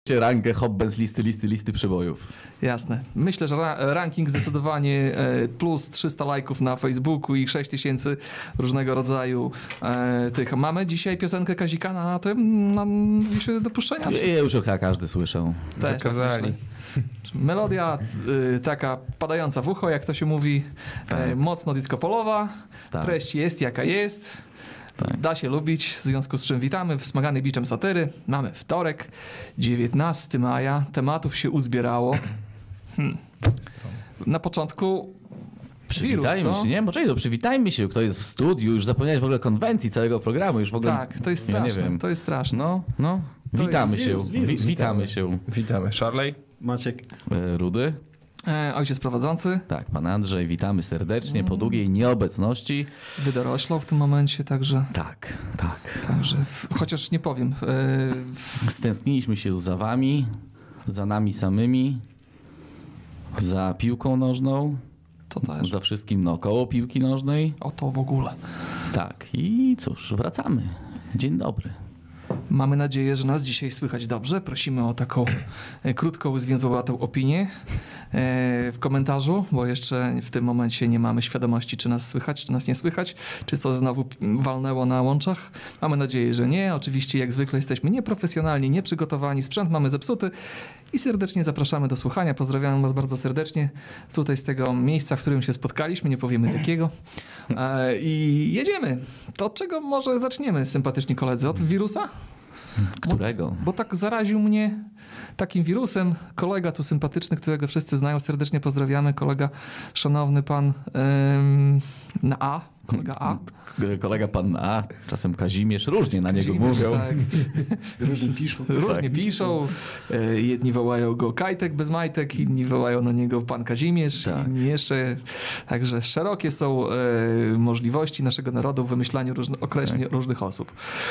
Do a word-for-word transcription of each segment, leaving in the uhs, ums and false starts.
rankę Hobben z listy, listy, listy przebojów. Jasne. Myślę, że ra- ranking zdecydowanie e, plus trzysta lajków na Facebooku i sześć tysięcy różnego rodzaju e, tych. Mamy dzisiaj piosenkę Kazika na tym, na liście dopuszczenia? Ja, ja już chyba każdy słyszał. Też, Zakazali. Melodia y, taka padająca w ucho, jak to się mówi, Tak. e, mocno disco-polowa, Tak. treść jest jaka jest, Tak. da się lubić, w związku z czym witamy wspomagany biczem satyry. Mamy wtorek, dziewiętnastego maja, tematów się uzbierało. Hmm. Na początku Przywitajmy wirus, co? się, nie? Poczekaj, to przywitajmy się, kto jest w studiu, już zapomniałeś w ogóle konwencji całego programu, już w ogóle... Tak, to jest Ja nie straszne, wiem. to jest straszne. No, no, To witamy jest się, wirus, wirus, wi- witamy witamy. się. Witamy. Charley? Maciek. E, Rudy? E, ojciec prowadzący Tak, pan Andrzej, witamy serdecznie Mm. po długiej nieobecności. wydoroślał w tym momencie, także, Tak, tak. także w, chociaż nie powiem, e, w, Stęskniliśmy się za wami, za nami samymi, za piłką nożną, to też, za wszystkim naokoło piłki nożnej. o to w ogóle. Tak, i cóż, wracamy. Dzień dobry. Mamy nadzieję, że nas dzisiaj słychać dobrze. Prosimy o taką e, krótką, zwięzłowatą opinię e, w komentarzu, bo jeszcze w tym momencie nie mamy świadomości, czy nas słychać, czy nas nie słychać, czy coś znowu p- walnęło na łączach. Mamy nadzieję, że nie. Oczywiście, jak zwykle, jesteśmy nieprofesjonalni, nieprzygotowani, sprzęt mamy zepsuty i serdecznie zapraszamy do słuchania. Pozdrawiam Was bardzo serdecznie tutaj z tego miejsca, w którym się spotkaliśmy, nie powiemy z jakiego. E, I jedziemy. To od czego może zaczniemy, sympatyczni koledzy? Od wirusa? Którego? Bo tak zaraził mnie takim wirusem kolega tu sympatyczny, którego wszyscy znają, serdecznie pozdrawiamy, kolega szanowny pan ym, na A, kolega A. K- Kolega pan A, czasem Kazimierz, różnie na niego Kazimierz, mówią. tak. Różni piszą. Różnie piszą, e, jedni wołają go Kajtek bez majtek, inni wołają na niego pan Kazimierz, Tak. inni jeszcze, także szerokie są e, możliwości naszego narodu w wymyślaniu różnych określeń różnych osób.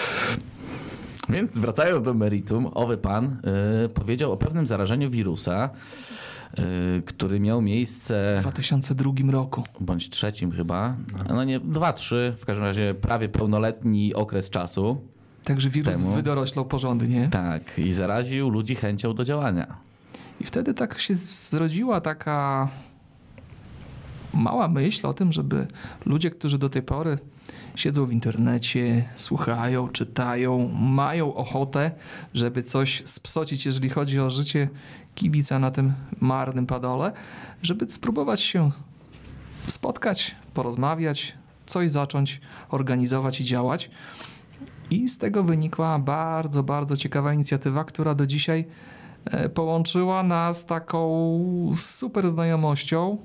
Więc wracając do meritum, owy pan y, powiedział o pewnym zarażeniu wirusa, y, który miał miejsce, W dwa tysiące drugim roku. bądź trzecim chyba, no nie, dwa, trzy, w każdym razie prawie pełnoletni okres czasu. Także wirus Temu. wydoroślał porządnie. Tak, i zaraził ludzi chęcią do działania. I wtedy tak się zrodziła taka mała myśl o tym, żeby ludzie, którzy do tej pory siedzą w internecie, słuchają, czytają, mają ochotę, żeby coś spsocić, jeżeli chodzi o życie kibica na tym marnym padole, żeby spróbować się spotkać, porozmawiać, coś zacząć organizować i działać. I z tego wynikła bardzo, bardzo ciekawa inicjatywa, która do dzisiaj e, połączyła nas taką super znajomością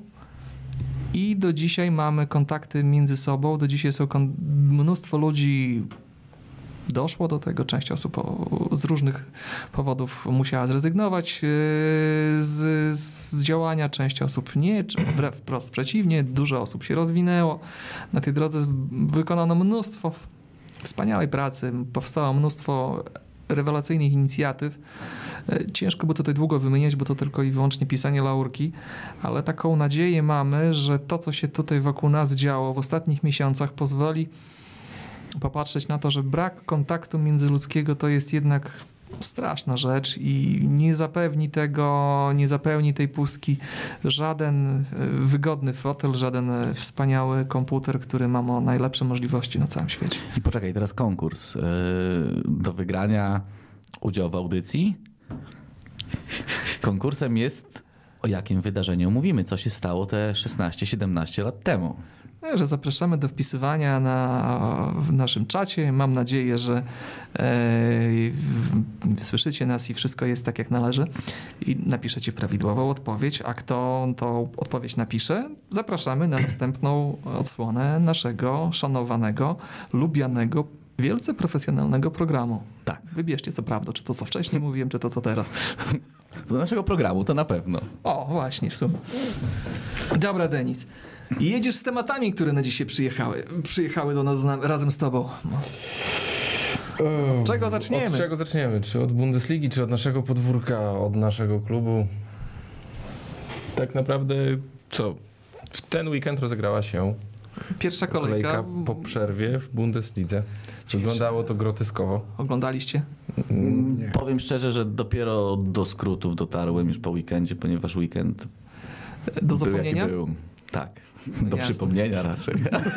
i do dzisiaj mamy kontakty między sobą. Do dzisiaj są kon- mnóstwo ludzi doszło do tego, część osób o, z różnych powodów musiała zrezygnować e, z, z działania, część osób nie, czy wbrew, wprost przeciwnie, dużo osób się rozwinęło. Na tej drodze wykonano mnóstwo wspaniałej pracy, powstało mnóstwo rewelacyjnych inicjatyw. E, Ciężko by tutaj długo wymieniać, bo to tylko i wyłącznie pisanie laurki, ale taką nadzieję mamy, że to, co się tutaj wokół nas działo w ostatnich miesiącach, pozwoli popatrzeć na to, że brak kontaktu międzyludzkiego to jest jednak straszna rzecz i nie zapewni tego, nie zapełni tej pustki żaden e, wygodny fotel, żaden e, wspaniały komputer, który ma mo- najlepsze możliwości na całym świecie. I poczekaj, teraz konkurs y, do wygrania udział w audycji. Konkursem jest, o jakim wydarzeniu mówimy, co się stało te szesnaście siedemnaście lat temu. Że zapraszamy do wpisywania na, w naszym czacie. Mam nadzieję, że e, w, słyszycie nas i wszystko jest tak, jak należy i napiszecie prawidłową odpowiedź, a kto tą odpowiedź napisze, zapraszamy na następną odsłonę naszego szanowanego, lubianego, wielce profesjonalnego programu. Tak. Wybierzcie co prawda, czy to co wcześniej mówiłem, czy to co teraz. Do naszego programu to na pewno. O, właśnie, w sumie. Dobra, Denis. Jedziesz z tematami, które na dzisiaj przyjechały. Przyjechały do nas na, razem z tobą. No. Od czego zaczniemy? Od czego zaczniemy? Czy od Bundesligi, czy od naszego podwórka, od naszego klubu? Tak naprawdę co? W ten weekend rozegrała się Pierwsza kolejka. kolejka po przerwie w Bundeslidze. Wyglądało to groteskowo. Oglądaliście? Nie. Powiem szczerze, że dopiero do skrótów dotarłem już po weekendzie, ponieważ weekend Do był zapomnienia? jaki był. Tak, do Jasne. przypomnienia raczej.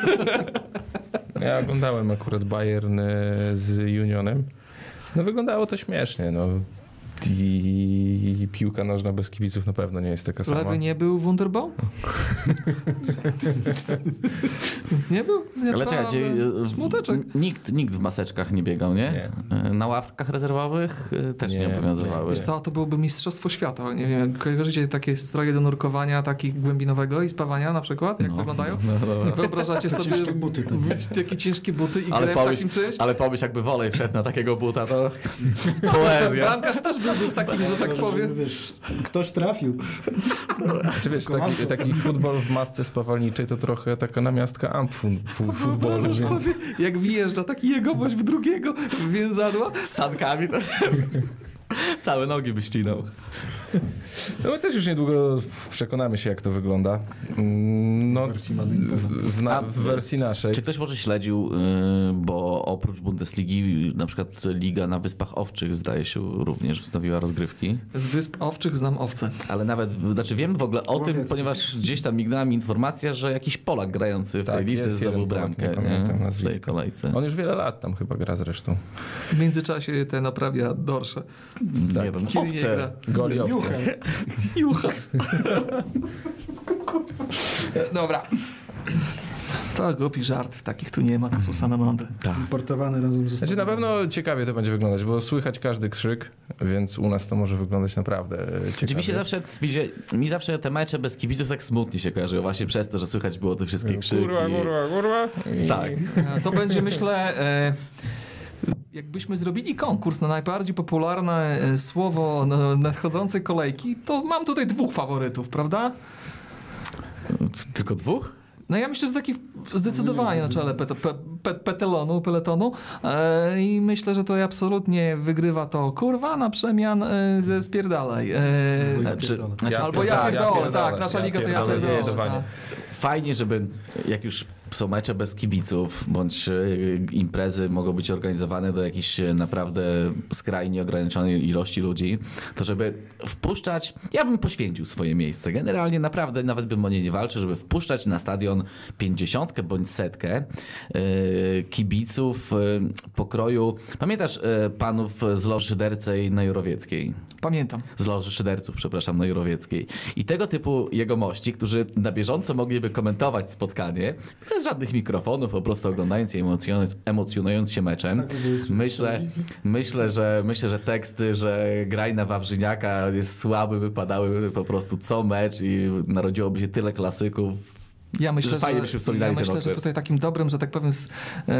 Ja oglądałem akurat Bayern e, z Unionem. No wyglądało to śmiesznie, no. I, i piłka nożna bez kibiców na pewno nie jest taka sama. Lewy nie był Wunderbaum? nie był? Nie, Ale czekajcie, prawda. w- Smuteczek. nikt, nikt w maseczkach nie biegał, nie? Na ławkach rezerwowych y, też nie, Nie, obowiązywały. Wiesz co, to byłoby Mistrzostwo Świata. Nie wiem, kojarzycie takie stroje do nurkowania, takich głębinowego i spawania na przykład? Jak No. wyglądają? No, dobra. Wyobrażacie sobie Ciężkie buty takie. być takie ciężkie buty i Ale grę w pomyśl, takim czymś? ale pomyśl, jakby wolej wszedł na takiego buta, to poezja. Bramkarz też byłby w takim, że tak Żeby, powiem. Wiesz, ktoś trafił. Czy wiesz, taki, taki futbol w masce spawalniczej to trochę taka namiastka amp fu, fu, futbolu. Wyobrażasz Więc... sobie, jak wjeżdża taki jegomość w drugiego więzadła? Z sankami to całe nogi by ścinał. No my też już niedługo przekonamy się, jak to wygląda. Mm, No, W wersji Madrytu. w, w, na, A, w wersji naszej. Czy ktoś może śledził, y, bo oprócz Bundesligi na przykład Liga na Wyspach Owczych zdaje się również wznowiła rozgrywki. Z Wysp Owczych znam owce. Ale nawet, znaczy wiem w ogóle o tym, Łowiecki. ponieważ gdzieś tam mignęła mi informacja, że jakiś Polak grający w tej Tak, lidze jest zdobył jeden Polak, bramkę nie pamiętam nie? w nazwiska. tej kolejce. On już wiele lat tam chyba gra zresztą. W międzyczasie te naprawia dorsze. Nie wiem, Kiedy nie gra. owce. Goli owce. Juchę. Juchas. Dobra. To głupi żart, takich tu nie ma, to są same mądre. Tak. Importowany razem ze Znaczy na pewno ciekawie to będzie wyglądać, bo słychać każdy krzyk, więc u nas to może wyglądać naprawdę Znaczy ciekawie. mi się zawsze, widzicie, mi zawsze te mecze bez kibiców tak smutnie się kojarzyły, właśnie przez to, że słychać było te wszystkie krzyki. Kurwa, kurwa, kurwa. I... Tak. E, To będzie, myślę, e, jakbyśmy zrobili konkurs na najbardziej popularne e, słowo na nadchodzącej kolejki, to mam tutaj dwóch faworytów, prawda? Tylko dwóch? No ja myślę, że takich zdecydowanie na czele pet, pe, pe, petelonu, peletonu e, i myślę, że to absolutnie wygrywa to kurwa na przemian e, ze spierdalaj. E, Znaczy, pierdolę. znaczy, albo ja ja pierdolę, pierdolę, tak, nasza ja liga to ja pierdolę, pierdolę. zdecydowanie. tak. fajnie, żeby jak już są mecze bez kibiców, bądź e, imprezy mogą być organizowane do jakiejś e, naprawdę skrajnie ograniczonej ilości ludzi, to żeby wpuszczać, ja bym poświęcił swoje miejsce. Generalnie naprawdę nawet bym o nie nie walczył, żeby wpuszczać na stadion pięćdziesiątkę bądź setkę e, kibiców e, pokroju. Pamiętasz e, panów z Loży Szydercej na Jurowieckiej? Pamiętam. Z Loży Szyderców, przepraszam, na Jurowieckiej. I tego typu jegomości, którzy na bieżąco mogliby komentować spotkanie, bez żadnych mikrofonów, po prostu oglądając i emocjonując, emocjonując się meczem. Tak, żeby słuchać Myślę, telewizji. myślę, że, myślę, że teksty, że graj na Wawrzyniaka jest słaby, wypadały po prostu co mecz i narodziłoby się tyle klasyków. Ja myślę, Że że, fajnie byśmy wspominali ja ten myślę, że okres. tutaj takim dobrym, że tak powiem, z,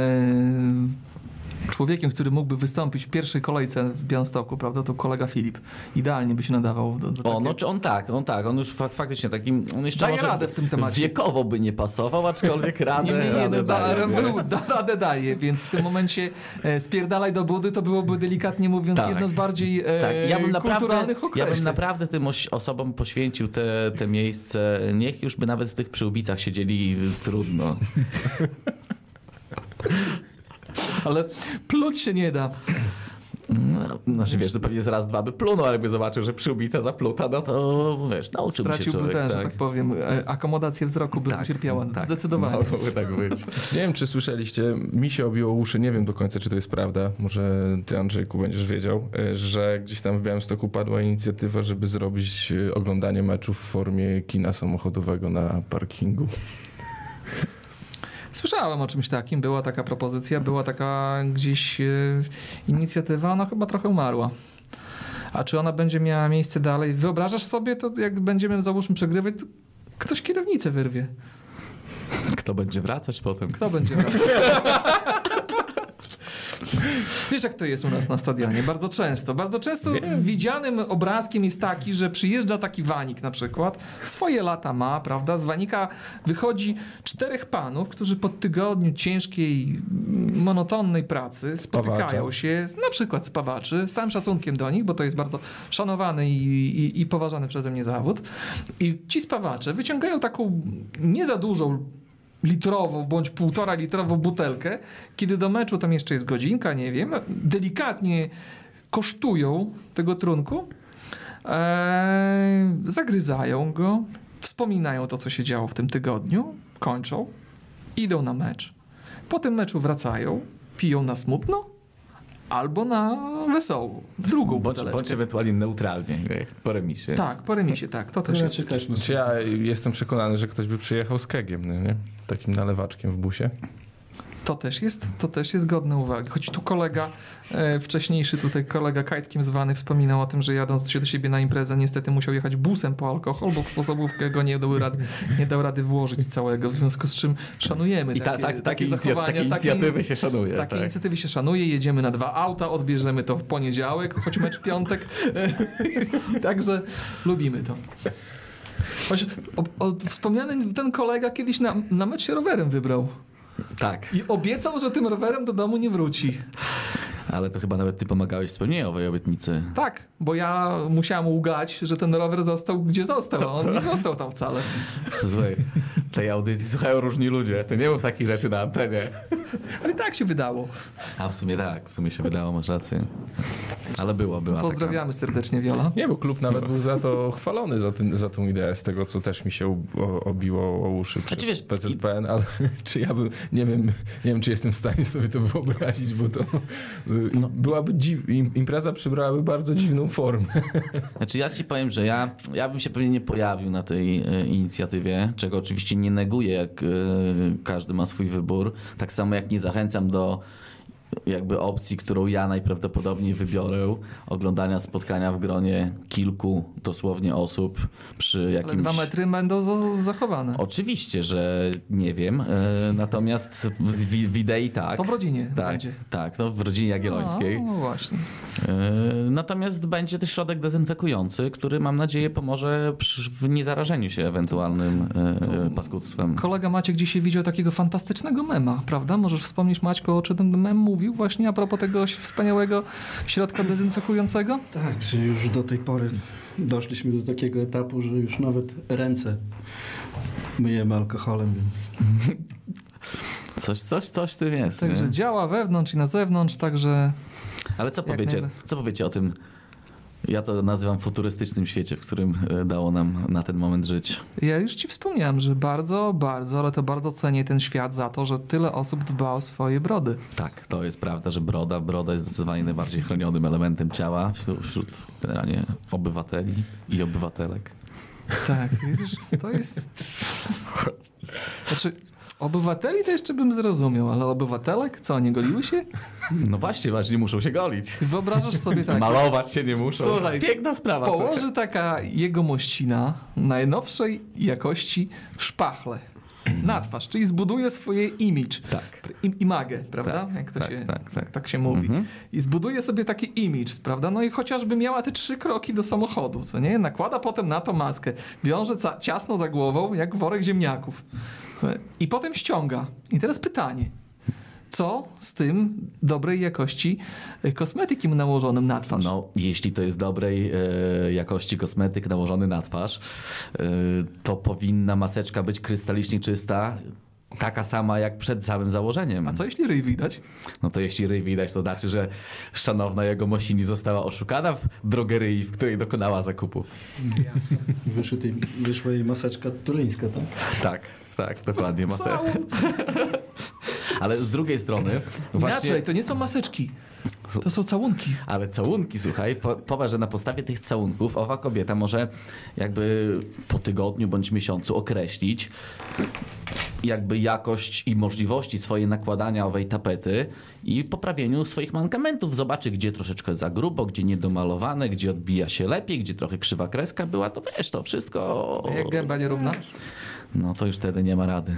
e, człowiekiem, który mógłby wystąpić w pierwszej kolejce w Białymstoku, prawda, to kolega Filip. Idealnie by się nadawał do, do O, takiej- no czy on tak, on tak, on już fa- faktycznie takim, on jeszcze Daje może radę w tym temacie. wiekowo by nie pasował, aczkolwiek radę, Nie, nie, nie, radę no, da, daje, nie? da, da, radę daje, więc w tym momencie e, spierdalaj do budy, to byłoby delikatnie mówiąc Tak. jedno z bardziej e, Tak, ja bym naprawdę, kulturalnych ja określeń. bym naprawdę tym oś- osobom poświęcił te, te miejsce. Niech już by nawet w tych przyłbicach siedzieli trudno. Ale pluć się nie da. No, znaczy wiesz, to pewnie zaraz dwa by plunął, ale by zobaczył, że przyłbita zapluta, no to wiesz, nauczyłby się Straciłby człowiek. ten, że tak. tak powiem, e, akomodację wzroku by Tak, ucierpiała. tak. Zdecydowanie. Mogłoby tak być. Czy nie wiem, czy słyszeliście, mi się obiło uszy, nie wiem do końca, czy to jest prawda, może ty, Andrzejku, będziesz wiedział, e, że gdzieś tam w Białymstoku padła inicjatywa, żeby zrobić e, oglądanie meczów w formie kina samochodowego na parkingu. Słyszałem o czymś takim, była taka propozycja, była taka gdzieś e, inicjatywa, ona chyba trochę umarła. A czy ona będzie miała miejsce dalej? Wyobrażasz sobie to, jak będziemy, załóżmy, przegrywać, to ktoś kierownicę wyrwie. Kto będzie wracać potem? Kto będzie wracał? Wiesz, jak to jest u nas na stadionie? Bardzo często. Bardzo często Wiem. widzianym obrazkiem jest taki, że przyjeżdża taki wanik na przykład, swoje lata ma, prawda? Z wanika wychodzi czterech panów, którzy po tygodniu ciężkiej, monotonnej pracy spotykają Spawacza. się, z- na przykład spawaczy, z całym szacunkiem do nich, bo to jest bardzo szanowany i, i, i poważany przeze mnie zawód. I ci spawacze wyciągają taką nie za dużą litrową bądź półtora litrową butelkę, kiedy do meczu tam jeszcze jest godzinka, nie wiem, delikatnie kosztują tego trunku, e, zagryzają go, wspominają to, co się działo w tym tygodniu, kończą, idą na mecz. Po tym meczu wracają, piją na smutno albo na wesoło. Drugą Bądź, buteleczkę. bądź ewentualnie neutralnie, po remisie. Tak, po remisie, tak. To też Raczej jest. też na Czy ja jestem przekonany, że ktoś by przyjechał z kegiem, no nie? Takim nalewaczkiem w busie. To też jest, to też jest godne uwagi. Choć tu kolega, e, wcześniejszy tutaj kolega Kajtkiem zwany wspominał o tym, że jadąc się do siebie na imprezę niestety musiał jechać busem po alkohol, bo w sposobówkę go nie dał rady, nie dał rady włożyć całego, w związku z czym szanujemy I ta, takie, tak, takie takie, inicja- zachowania. takie inicjatywy się szanuje. Takie tak. inicjatywy się szanuje, jedziemy na dwa auta, odbierzemy to w poniedziałek, choć mecz w piątek. Także lubimy to. Choć o, o, wspomniany ten kolega kiedyś na, na mecz się rowerem wybrał. Tak, I obiecał, że tym rowerem do domu nie wróci. ale to chyba nawet ty pomagałeś w spełnieniu owej obietnicy. Tak, bo ja musiałem ugać, że ten rower został gdzie został, a on nie został tam wcale. Słuchaj, tej audycji słuchają różni ludzie. To nie mów takich rzeczy na antenie. Ale i tak się wydało. A w sumie tak, w sumie się wydało, masz rację. Ale było, była Pozdrawiamy serdecznie, Wiola. Nie, bo klub nawet był za to chwalony, za, ten, za tą ideę, z tego co też mi się u, o, obiło o uszy przez Znaczy, wiesz, P Z P N, ale czy ja bym, nie wiem, nie wiem, czy jestem w stanie sobie to wyobrazić, bo to y, No. byłaby dziw, im, impreza przybrałaby bardzo dziwną formę. taka... Znaczy ja ci powiem, że ja, ja bym się pewnie nie pojawił na tej e, inicjatywie, czego oczywiście nie neguję, jak e, każdy ma swój wybór. Tak samo jak nie zachęcam do jakby opcji, którą ja najprawdopodobniej wybiorę, oglądania spotkania w gronie kilku dosłownie osób przy Ale jakimś... dwa metry będą z- zachowane. Oczywiście, że nie wiem, e, natomiast w, w, w idei tak. To w rodzinie tak, będzie. tak, no w rodzinie jagiellońskiej. No właśnie. E, natomiast będzie też środek dezynfekujący, który mam nadzieję pomoże przy, w niezarażeniu się ewentualnym e, paskudztwem. Kolega Maciek dzisiaj widział takiego fantastycznego mema, prawda? Możesz wspomnieć, Maćku, o czym ten mem mówił właśnie a propos tego wspaniałego środka dezynfekującego? Tak, że już do tej pory doszliśmy do takiego etapu, że już nawet ręce myjemy alkoholem, więc Coś, coś, coś w tym jest. Także nie? działa wewnątrz i na zewnątrz, także Ale co jak powiecie, najbardziej. co powiecie o tym, ja to nazywam futurystycznym świecie, w którym e, dało nam na ten moment żyć. ja już ci wspomniałem, że bardzo, bardzo, ale to bardzo cenię ten świat za to, że tyle osób dba o swoje brody. Tak, to jest prawda, że broda, broda jest zdecydowanie najbardziej chronionym elementem ciała wśród, wśród generalnie obywateli i obywatelek. Tak, widzisz, to jest... Znaczy, obywateli to jeszcze bym zrozumiał, ale obywatelek, co, nie goliły się? No właśnie, właśnie muszą się golić. Ty wyobrażasz sobie tak, Malować się nie muszą. Słuchaj, Piękna sprawa. słuchaj. położy taka jegomościna najnowszej jakości szpachle na twarz, czyli zbuduje swoje image, Tak. im, imagę, prawda? Tak, jak to tak, się, tak, tak. tak się mówi. Mhm. I zbuduje sobie taki image, prawda? No i chociażby miała te trzy kroki do samochodu, co nie? Nakłada potem na to maskę, wiąże ca- ciasno za głową, jak worek ziemniaków. I potem ściąga. I teraz pytanie. Co z tym dobrej jakości y, kosmetykiem nałożonym na twarz? No, jeśli to jest dobrej e, jakości kosmetyk nałożony na twarz, e, to powinna maseczka być krystalicznie czysta, taka sama jak przed samym założeniem. A co jeśli ryj widać? No to jeśli ryj widać, to znaczy, że szanowna jego Mosini została oszukana w drogerii, w której dokonała zakupu. Jasne. wyszły tej, wyszła jej maseczka turyńska, tak? Tak, tak, dokładnie. Masę. Całą... Ale z drugiej strony właśnie... Inaczej, to nie są maseczki. To są całunki. Ale całunki, słuchaj, po, popatrz, że na podstawie tych całunków owa kobieta może jakby po tygodniu bądź miesiącu określić jakby jakość i możliwości swoje nakładania owej tapety i poprawieniu swoich mankamentów. Zobaczy, gdzie troszeczkę za grubo, gdzie niedomalowane, gdzie odbija się lepiej, gdzie trochę krzywa kreska była, to wiesz, to wszystko... A jak gęba nierówna? No to już wtedy nie ma rady.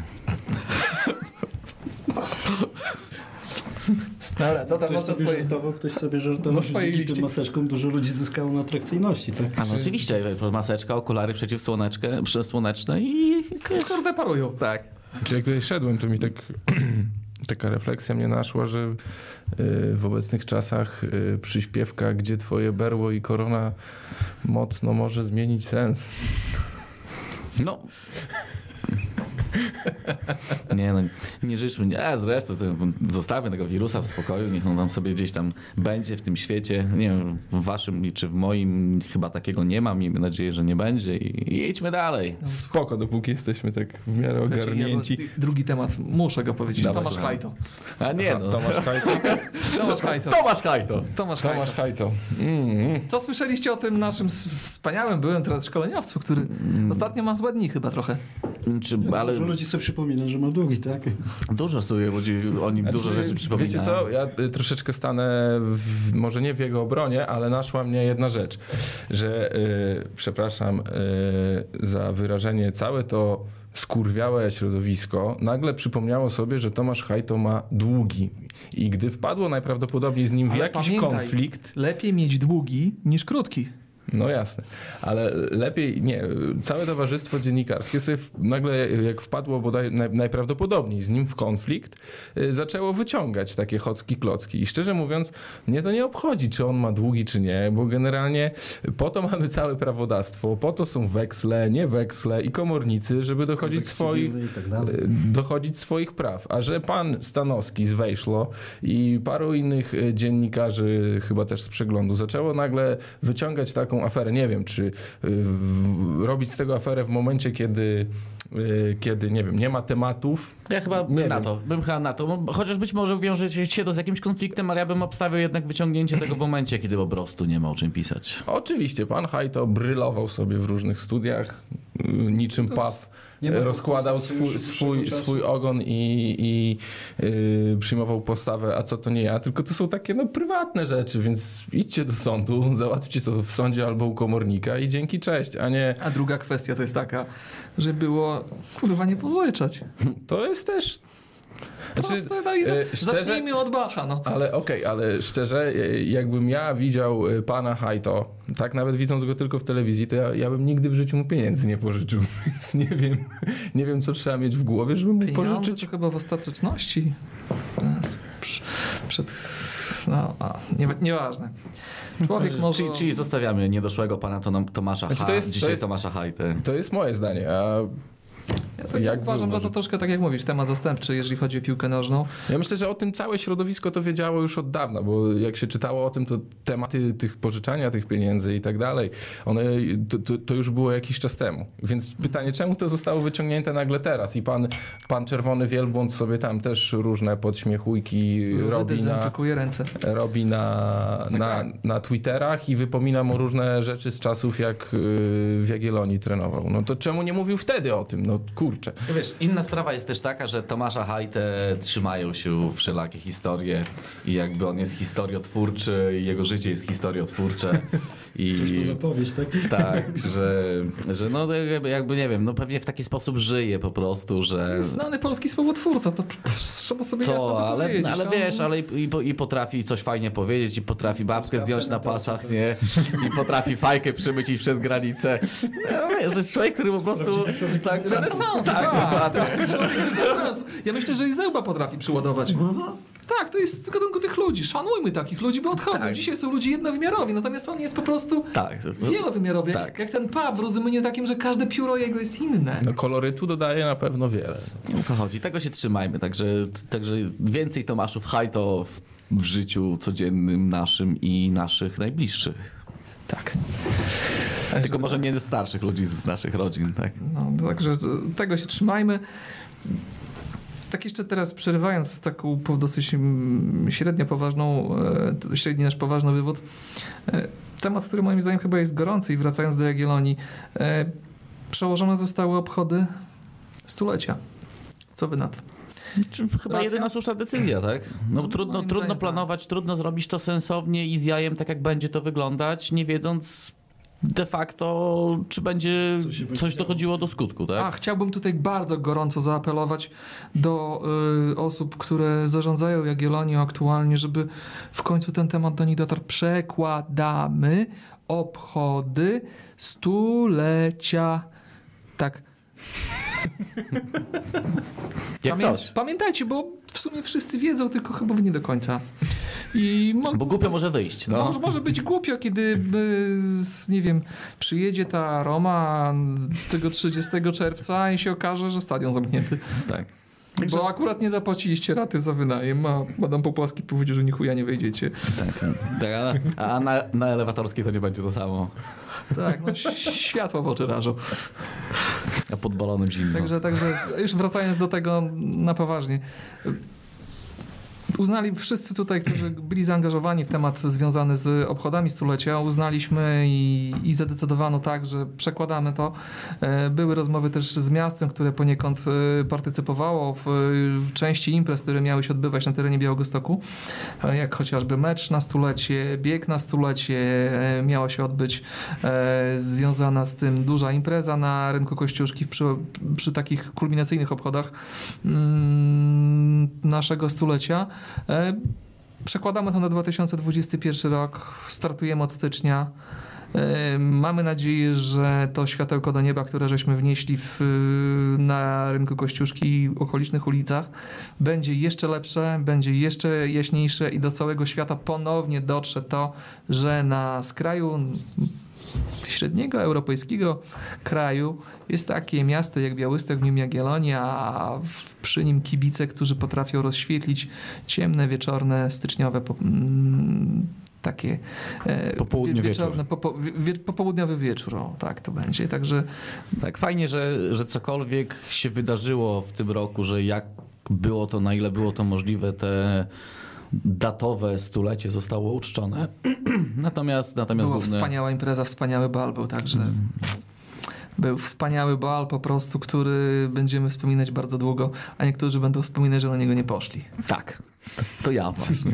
Dobra, to tam Ktoś można sobie swoje... żartował, ktoś sobie Na żartował, że swojej dzięki liście. tym maseczkom dużo ludzi zyskało na atrakcyjności, tak? A no oczywiście, maseczka, okulary przeciwsłoneczne przesłoneczne i... Kurde, parują. Tak. Czy jak tutaj szedłem, to mi tak taka refleksja mnie naszła, że y, w obecnych czasach y, przyśpiewka, gdzie twoje berło i korona mocno może zmienić sens. No... Nie no, nie życzmy, nie, a zresztą to zostawmy tego wirusa w spokoju, niech on tam sobie gdzieś tam będzie w tym świecie, nie wiem, w waszym czy w moim chyba takiego nie ma, miejmy nadzieję, że nie będzie i, i idźmy dalej. Spoko, dopóki jesteśmy tak w miarę Słuchajcie, ogarnięci. ja drugi temat, muszę go powiedzieć. Dawaj, Tomasz słucham. Hajto. A nie no, Tomasz Hajto. Tomasz Hajto. Tomasz Hajto. Tomasz Tomasz Hajto. Hajto. Mm. Co słyszeliście o tym naszym s- wspaniałym byłem teraz szkoleniowcu, który ostatnio ma złe dni chyba trochę. Czy, ale Dużo ludzi sobie przypomina, że ma długi, tak? dużo sobie ludzi o nim dużo Znaczy, rzeczy przypomina. Wiecie co, ja y, troszeczkę stanę, w, może nie w jego obronie, ale naszła mnie jedna rzecz, że y, przepraszam y, za wyrażenie, całe to skurwiałe środowisko nagle przypomniało sobie, że Tomasz Hajto ma długi i gdy wpadło najprawdopodobniej z nim w Ale jakiś pamiętaj, konflikt, Lepiej mieć długi niż krótki. no jasne, ale lepiej, nie, całe towarzystwo dziennikarskie sobie w, nagle jak wpadło bodaj naj, najprawdopodobniej z nim w konflikt, y, zaczęło wyciągać takie chocki klocki i szczerze mówiąc mnie to nie obchodzi, czy on ma długi, czy nie, bo generalnie po to mamy całe prawodawstwo, po to są weksle, nie weksle i komornicy, żeby dochodzić Kodeks swoich cywilny i tak dalej. y, dochodzić swoich praw, a że pan Stanowski z Wejszlo i paru innych y, dziennikarzy chyba też z Przeglądu zaczęło nagle wyciągać taką aferę, nie wiem, czy y, w, robić z tego aferę w momencie, kiedy, y, kiedy nie wiem, nie ma tematów. Ja chyba Nie bym wiem. na to, bym chyba na to, bo chociaż być może wiąże się to z jakimś konfliktem, ale ja bym obstawiał jednak wyciągnięcie tego w momencie, kiedy po prostu nie ma o czym pisać. Oczywiście, pan Hajto brylował sobie w różnych studiach, y, niczym paw, Nie ma rozkładał konsensu swój, już od swój, dłuższego swój czasu. ogon i, i y, przyjmował postawę, a co to nie ja, tylko to są takie no, prywatne rzeczy, więc idźcie do sądu, załatwcie to w sądzie albo u komornika i dzięki, cześć, a nie A druga kwestia to jest taka, że było kurwa nie pożyczać. to jest też... Proste, no i za, e, szczerze- zacznijmy od Bacha, no. Ale okej, ale szczerze, e, jakbym ja widział e, pana Hajto, tak nawet widząc go tylko w telewizji, to ja, ja bym nigdy w życiu mu pieniędzy nie pożyczył. Więc nie wiem, nie wiem, co trzeba mieć w głowie, żeby mu Pieniądze pożyczyć. to chyba w ostateczności teraz przy- przed... No, a, nie, nieważne. Człowiek może... Czyli, czyli zostawiamy niedoszłego pana Tom- Tomasza Znaczy, H, to jest- to dzisiaj jest- Tomasza Hajty. To jest moje zdanie, a Ja tak jak wy uważam, że to uważacie? troszkę tak jak mówisz, temat zastępczy, jeżeli chodzi o piłkę nożną. ja myślę, że o tym całe środowisko to wiedziało już od dawna, bo jak się czytało o tym, to tematy tych pożyczania tych pieniędzy i tak dalej, one, to, to, to już było jakiś czas temu. Więc pytanie, czemu to zostało wyciągnięte nagle teraz? I pan, pan Czerwony Wielbłąd sobie tam też różne podśmiechujki robi na, Dezynfekuje ręce. robi na, na, na Twitterach i wypomina mu różne rzeczy z czasów, jak yy, w Jagiellonii trenował. No to czemu nie mówił wtedy o tym? No kurczę. Wiesz, inna sprawa jest też taka, że Tomasza Hajtę trzymają się wszelakie historie i jakby on jest historiotwórczy i jego życie jest historiotwórcze. I Cóż to za powieść, tak? tak, że, że no jakby, jakby nie wiem, no pewnie w taki sposób żyje po prostu, że Znany polski słowotwórca, to p- p- trzeba sobie jasno to, to ale, powiedzieć. ale no. wiesz, ale i, i, po- i potrafi coś fajnie powiedzieć, i potrafi babkę zdjąć na pasach, nie? I potrafi fajkę przemycić przez granicę. Ja wiesz, że jest człowiek, który po prostu tak, Renesans, tak, tak. dokładnie. Renesans. Ja myślę, że i Zełba potrafi przyładować. Tak, to jest z gatunku tych ludzi. Szanujmy takich ludzi, bo odchodzą. Tak. Dzisiaj są ludzie jednowymiarowi, natomiast on jest po prostu Tak. wielowymiarowy. Tak. Jak ten Paw w rozumieniu takim, że każde pióro jego jest inne. No kolorytu dodaje na pewno wiele. O to chodzi. Tego się trzymajmy. Także, także więcej Tomaszów Hajto w, w życiu codziennym naszym i naszych najbliższych. Tak. Tylko może nie starszych ludzi z naszych rodzin, tak? No, także tego się trzymajmy. Tak jeszcze teraz przerywając taką po- dosyć mm, średnio poważną, e, średni nasz poważny wywód, e, temat, który moim zdaniem chyba jest gorący i wracając do Jagiellonii, e, przełożone zostały obchody stulecia. Co wy na to? Czy chyba Racja? jedyna słuszna decyzja, tak? No No, trudno, moim trudno zdaniem planować, trudno zrobić to sensownie i z jajem tak, jak będzie to wyglądać, nie wiedząc de facto, czy będzie Co się będzie coś działo. dochodziło do skutku, tak? A, chciałbym tutaj bardzo gorąco zaapelować do y, osób, które zarządzają Jagiellonią aktualnie, żeby w końcu ten temat do nich dotarł. Przekładamy obchody stulecia. Tak. Jak Pamię- coś. Pamiętajcie, bo w sumie wszyscy wiedzą, tylko chyba nie do końca. I mo- Bo głupio może wyjść. No. Może, może być głupio, kiedy y, z, nie wiem, przyjedzie ta Roma tego trzydziestego czerwca i się okaże, że stadion zamknięty. Tak. Bo akurat nie zapłaciliście raty za wynajem, a Adam Popłaski powiedział, że ni chuja nie wejdziecie. Tak, tak, a, a na, na elewatorskiej to nie będzie to samo. Tak, no światło w oczy rażą. A pod balonem zimno. Także, także już wracając do tego na poważnie. Uznali wszyscy tutaj, którzy byli zaangażowani w temat związany z obchodami stulecia, uznaliśmy i, i zadecydowano tak, że przekładamy to. Były rozmowy też z miastem, które poniekąd partycypowało w, w części imprez, które miały się odbywać na terenie Białegostoku, jak chociażby mecz na stulecie, bieg na stulecie, miała się odbyć e, związana z tym duża impreza na rynku Kościuszki przy, przy takich kulminacyjnych obchodach mm, naszego stulecia. Przekładamy to na dwa tysiące dwudziesty pierwszy rok, startujemy od stycznia. Mamy nadzieję, że to światełko do nieba, które żeśmy wnieśli w, na rynku Kościuszki i okolicznych ulicach, będzie jeszcze lepsze, będzie jeszcze jaśniejsze i do całego świata ponownie dotrze to, że na skraju średniego europejskiego kraju jest takie miasto jak Białystok, w nim Jagiellonia, a przy nim kibice, którzy potrafią rozświetlić ciemne, wieczorne, styczniowe po, mm, takie popołudnie wieczorne, wieczór. popo, wie, popołudniowy wieczór. O, tak to będzie. Także tak, fajnie, że, że cokolwiek się wydarzyło w tym roku, że jak było to, na ile było to możliwe, te datowe stulecie zostało uczczone. natomiast natomiast była główne... wspaniała impreza, wspaniały bal był, także mm. był wspaniały bal po prostu, który będziemy wspominać bardzo długo, a niektórzy będą wspominać, że na niego nie poszli. Tak, to, to ja właśnie.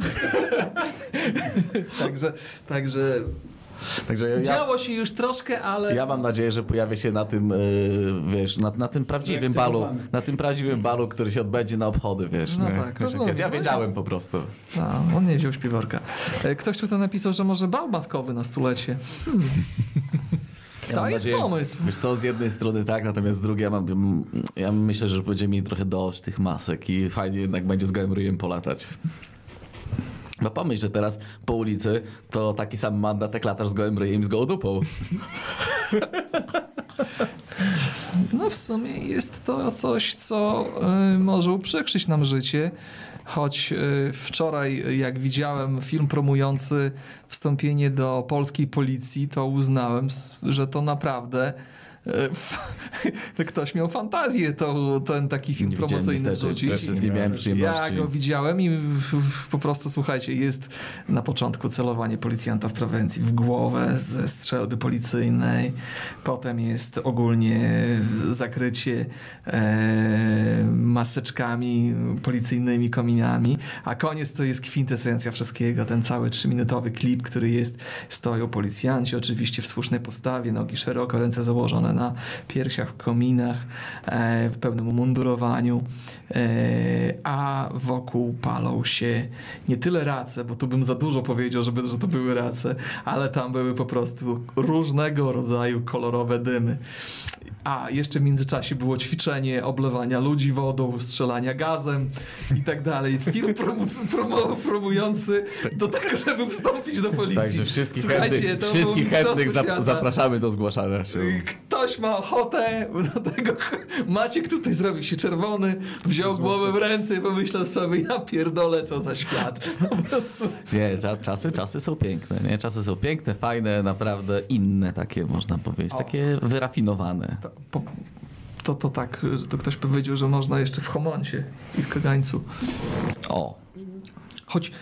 także, także Także ja, działo się już troszkę, ale... Ja mam nadzieję, że pojawię się na tym, wiesz, na, na tym prawdziwym balu, na tym prawdziwym balu, który się odbędzie na obchody, wiesz. No nie? tak, rozumiem. Ja wiedziałem po prostu. No, on nie wziął śpiworka. Ktoś tutaj napisał, że może bal maskowy na stulecie. Hmm. Ja to jest nadzieję, pomysł. Wiesz co, z jednej strony tak, natomiast z drugiej ja, mam, ja myślę, że będziemy mieli trochę dość tych masek i fajnie jednak będzie z gołym ryjem polatać. No pomyśl, że teraz po ulicy to taki sam mandat jak latasz z gołym ryjem i z gołą dupą. No w sumie jest to coś, co y, może uprzykrzyć nam życie. Choć y, wczoraj, jak widziałem film promujący wstąpienie do polskiej policji, to uznałem, że to naprawdę y, ktoś miał fantazję to, ten taki film nie promocyjny wrzucić. Też nie miałem przyjemności. Ja go widziałem i w, w, po prostu, słuchajcie, jest na początku celowanie policjanta w prewencji w głowę ze strzelby policyjnej, potem jest ogólnie zakrycie e, maseczkami policyjnymi, kominami, a koniec to jest kwintesencja wszystkiego, ten cały trzyminutowy klip, który jest, stoją policjanci, oczywiście w słusznej postawie, nogi szeroko, ręce założone na piersiach, w kominach, e, w pełnym umundurowaniu, e, a wokół palą się nie tyle race, bo tu bym za dużo powiedział, żeby, że to były race, ale tam były po prostu różnego rodzaju kolorowe dymy. A jeszcze w międzyczasie było ćwiczenie oblewania ludzi wodą, strzelania gazem i tak dalej. Film promu- promu- promujący do tego, żeby wstąpić do policji. Także wszystkich Słuchajcie, chętnych, to wszystkich chętnych zap- świata. zapraszamy do zgłaszania się. Ktoś ma ochotę do tego. Maciek tutaj zrobił się czerwony, wziął głowę w ręce i pomyślał sobie, ja pierdolę, co za świat. Po prostu. Nie, cza- czasy, czasy są piękne, nie? Czasy są piękne, fajne, naprawdę inne takie, można powiedzieć, O. takie wyrafinowane. To, po, to, to tak, to ktoś powiedział, że można jeszcze w Homoncie i w Kagańcu. O, Choć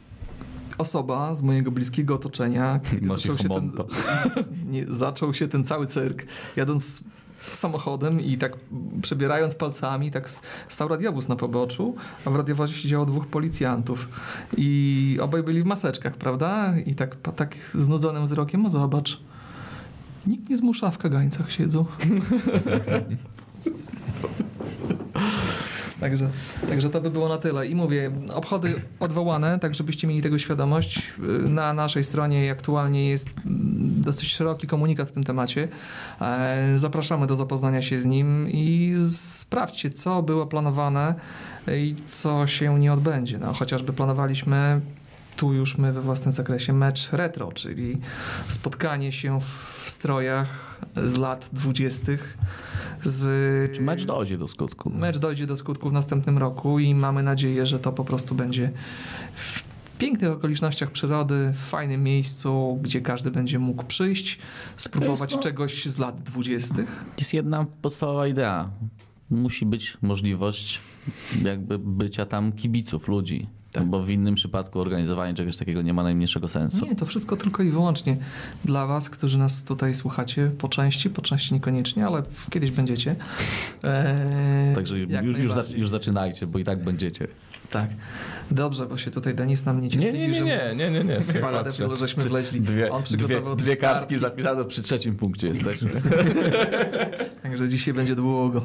osoba z mojego bliskiego otoczenia, kiedy Nosi zaczął się, ten, Homonto. nie, zaczął się ten cały cyrk, jadąc samochodem i tak przebierając palcami, tak stał radiowóz na poboczu, a w radiowozie siedziało dwóch policjantów i obaj byli w maseczkach, prawda? I tak, tak znudzonym wzrokiem, o zobacz, nikt nie zmusza, w kagańcach siedzą. Także, także to by było na tyle. I mówię, obchody odwołane, tak żebyście mieli tego świadomość. Na naszej stronie aktualnie jest dosyć szeroki komunikat w tym temacie. Zapraszamy do zapoznania się z nim i sprawdźcie, co było planowane i co się nie odbędzie. No, chociażby planowaliśmy tu już my we własnym zakresie mecz retro, czyli spotkanie się w strojach z lat dwudziestych. Z... Czy mecz dojdzie do skutku? Mecz dojdzie do skutku w następnym roku i mamy nadzieję, że to po prostu będzie w pięknych okolicznościach przyrody, w fajnym miejscu, gdzie każdy będzie mógł przyjść, spróbować to... czegoś z lat dwudziestych. Jest jedna podstawowa idea. Musi być możliwość jakby bycia tam kibiców, ludzi. Tak. Bo w innym przypadku organizowanie czegoś takiego nie ma najmniejszego sensu. Nie, to wszystko tylko i wyłącznie dla was, którzy nas tutaj słuchacie po części, po części niekoniecznie, ale kiedyś będziecie. Eee, Także już, już, zac- już zaczynajcie, bo i tak będziecie. Tak. Dobrze, bo się tutaj Denis nam nie cierpliwi, nie, nie, nie, nie, nie, nie, nie. paradę, w żeśmy wleźli. Dwie, On dwie, przygotował dwie kartki, kartki zapisane przy trzecim punkcie jesteśmy. Także dzisiaj będzie długo.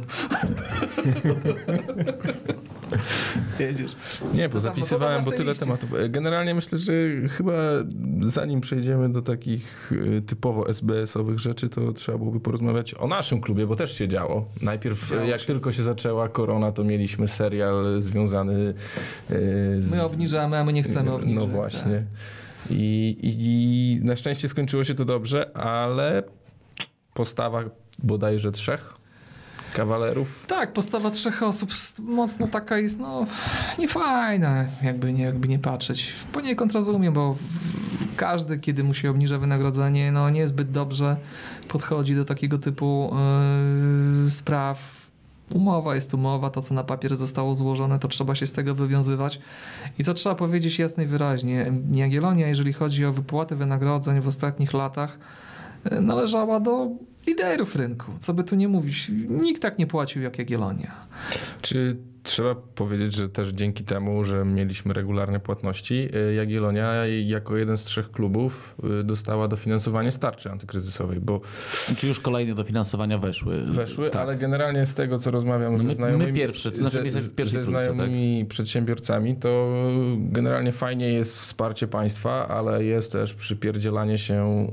Jedziesz. Nie, bo zapisywałem, bo tyle tematów. Generalnie myślę, że chyba zanim przejdziemy do takich typowo es be esowych rzeczy, to trzeba byłoby porozmawiać o naszym klubie, bo też się działo. Najpierw działo jak się. Tylko się zaczęła korona, to mieliśmy serial związany z... My obniżamy, a my nie chcemy obniżyć. No właśnie. Tak. I, I na szczęście skończyło się to dobrze, ale postawa bodajże trzech kawalerów. Tak, postawa trzech osób mocno taka jest, no, niefajna, jakby nie, jakby nie patrzeć. Poniekąd rozumiem, bo każdy, kiedy mu się obniża wynagrodzenie, no niezbyt dobrze podchodzi do takiego typu yy, spraw. Umowa jest umowa, to co na papier zostało złożone, to trzeba się z tego wywiązywać. I co trzeba powiedzieć jasno i wyraźnie, Jagiellonia, jeżeli chodzi o wypłaty wynagrodzeń w ostatnich latach, należała do liderów rynku. Co by tu nie mówić, nikt tak nie płacił jak Jagiellonia. Czy trzeba powiedzieć, że też dzięki temu, że mieliśmy regularne płatności, Jagiellonia jako jeden z trzech klubów dostała dofinansowanie z tarczy antykryzysowej, bo... Czy już kolejne dofinansowania weszły? Weszły, tak. Ale generalnie z tego, co rozmawiam no my, ze znajomymi, my pierwszy, to znaczy ze, w pierwszej ze trójce, znajomymi tak? przedsiębiorcami, to generalnie fajnie jest wsparcie państwa, ale jest też przypierdzielanie się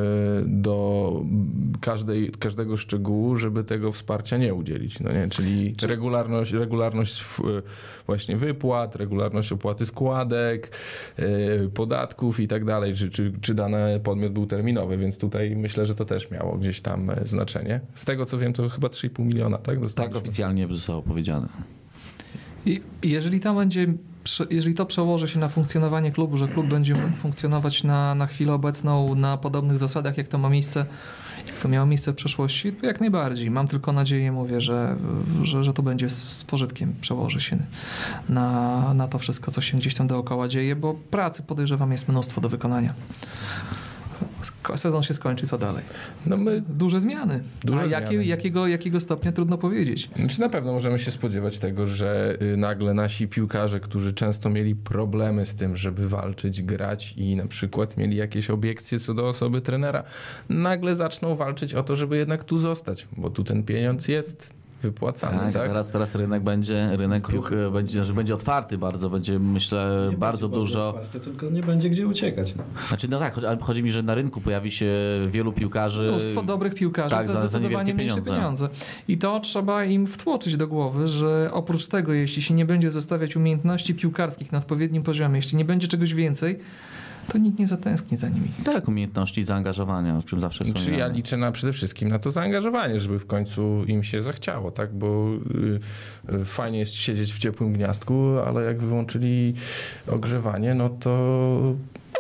do każdej, każdego szczegółu, żeby tego wsparcia nie udzielić. No nie? Czyli Czy... regularność, regularność właśnie wypłat, regularność opłaty składek, podatków i tak dalej, czy, czy, czy dany podmiot był terminowy, więc tutaj myślę, że to też miało gdzieś tam znaczenie. Z tego co wiem, to chyba trzy i pół miliona, tak? Tak oficjalnie zostało powiedziane. I jeżeli tam będzie, jeżeli to przełoży się na funkcjonowanie klubu, że klub będzie mógł funkcjonować na, na chwilę obecną na podobnych zasadach, jak to ma miejsce, jak to miało miejsce w przeszłości, to jak najbardziej. Mam tylko nadzieję, mówię, że, że, że to będzie z, z pożytkiem, przełoży się na, na to wszystko, co się gdzieś tam dookoła dzieje, bo pracy, podejrzewam, jest mnóstwo do wykonania. Sezon się skończy, co dalej? No my... Duże zmiany. Duże A jakie, zmiany. Jakiego, jakiego stopnia trudno powiedzieć. Znaczy na pewno możemy się spodziewać tego, że nagle nasi piłkarze, którzy często mieli problemy z tym, żeby walczyć, grać i na przykład mieli jakieś obiekcje co do osoby trenera, nagle zaczną walczyć o to, żeby jednak tu zostać, bo tu ten pieniądz jest wypłacany. Tak, tak? Teraz, teraz rynek będzie, rynek piłk, będzie, że będzie otwarty bardzo, będzie myślę nie bardzo będzie dużo. Otwarty, tylko nie będzie gdzie uciekać. No. Znaczy no tak, ale chodzi mi, że na rynku pojawi się wielu piłkarzy. Mnóstwo dobrych piłkarzy tak, za, za zdecydowanie mniejsze pieniądze. pieniądze. I to trzeba im wtłoczyć do głowy, że oprócz tego, jeśli się nie będzie zostawiać umiejętności piłkarskich na odpowiednim poziomie, jeśli nie będzie czegoś więcej, to nikt nie zatęskni za nimi. Tak, umiejętności zaangażowania, o czym zawsze Czy wspominam. ja liczę na przede wszystkim na to zaangażowanie, żeby w końcu im się zachciało, tak? Bo y, y, fajnie jest siedzieć w ciepłym gniazdku, ale jak wyłączyli ogrzewanie, no to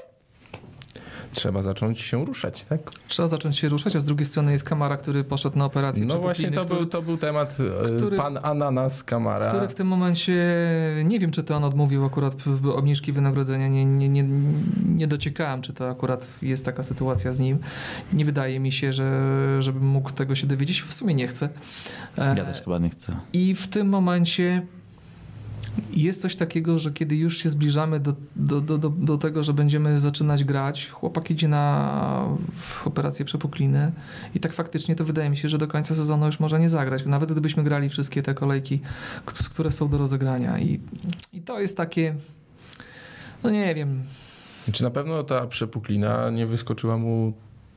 trzeba zacząć się ruszać, tak? Trzeba zacząć się ruszać, a z drugiej strony jest Kamara, który poszedł na operację. No właśnie to, który, był, to był temat który, pan Ananas Kamara. Który w tym momencie, nie wiem czy to on odmówił akurat obniżki wynagrodzenia, nie, nie, nie, nie dociekałem, czy to akurat jest taka sytuacja z nim. Nie wydaje mi się, że żebym mógł tego się dowiedzieć. W sumie nie chcę. Ja też chyba nie chcę. I w tym momencie jest coś takiego, że kiedy już się zbliżamy do, do, do, do, do tego, że będziemy zaczynać grać, chłopak idzie na operację przepukliny i tak faktycznie to wydaje mi się, że do końca sezonu już może nie zagrać. Nawet gdybyśmy grali wszystkie te kolejki, które są do rozegrania. I, i to jest takie, no nie wiem. Czy na pewno ta przepuklina nie wyskoczyła mu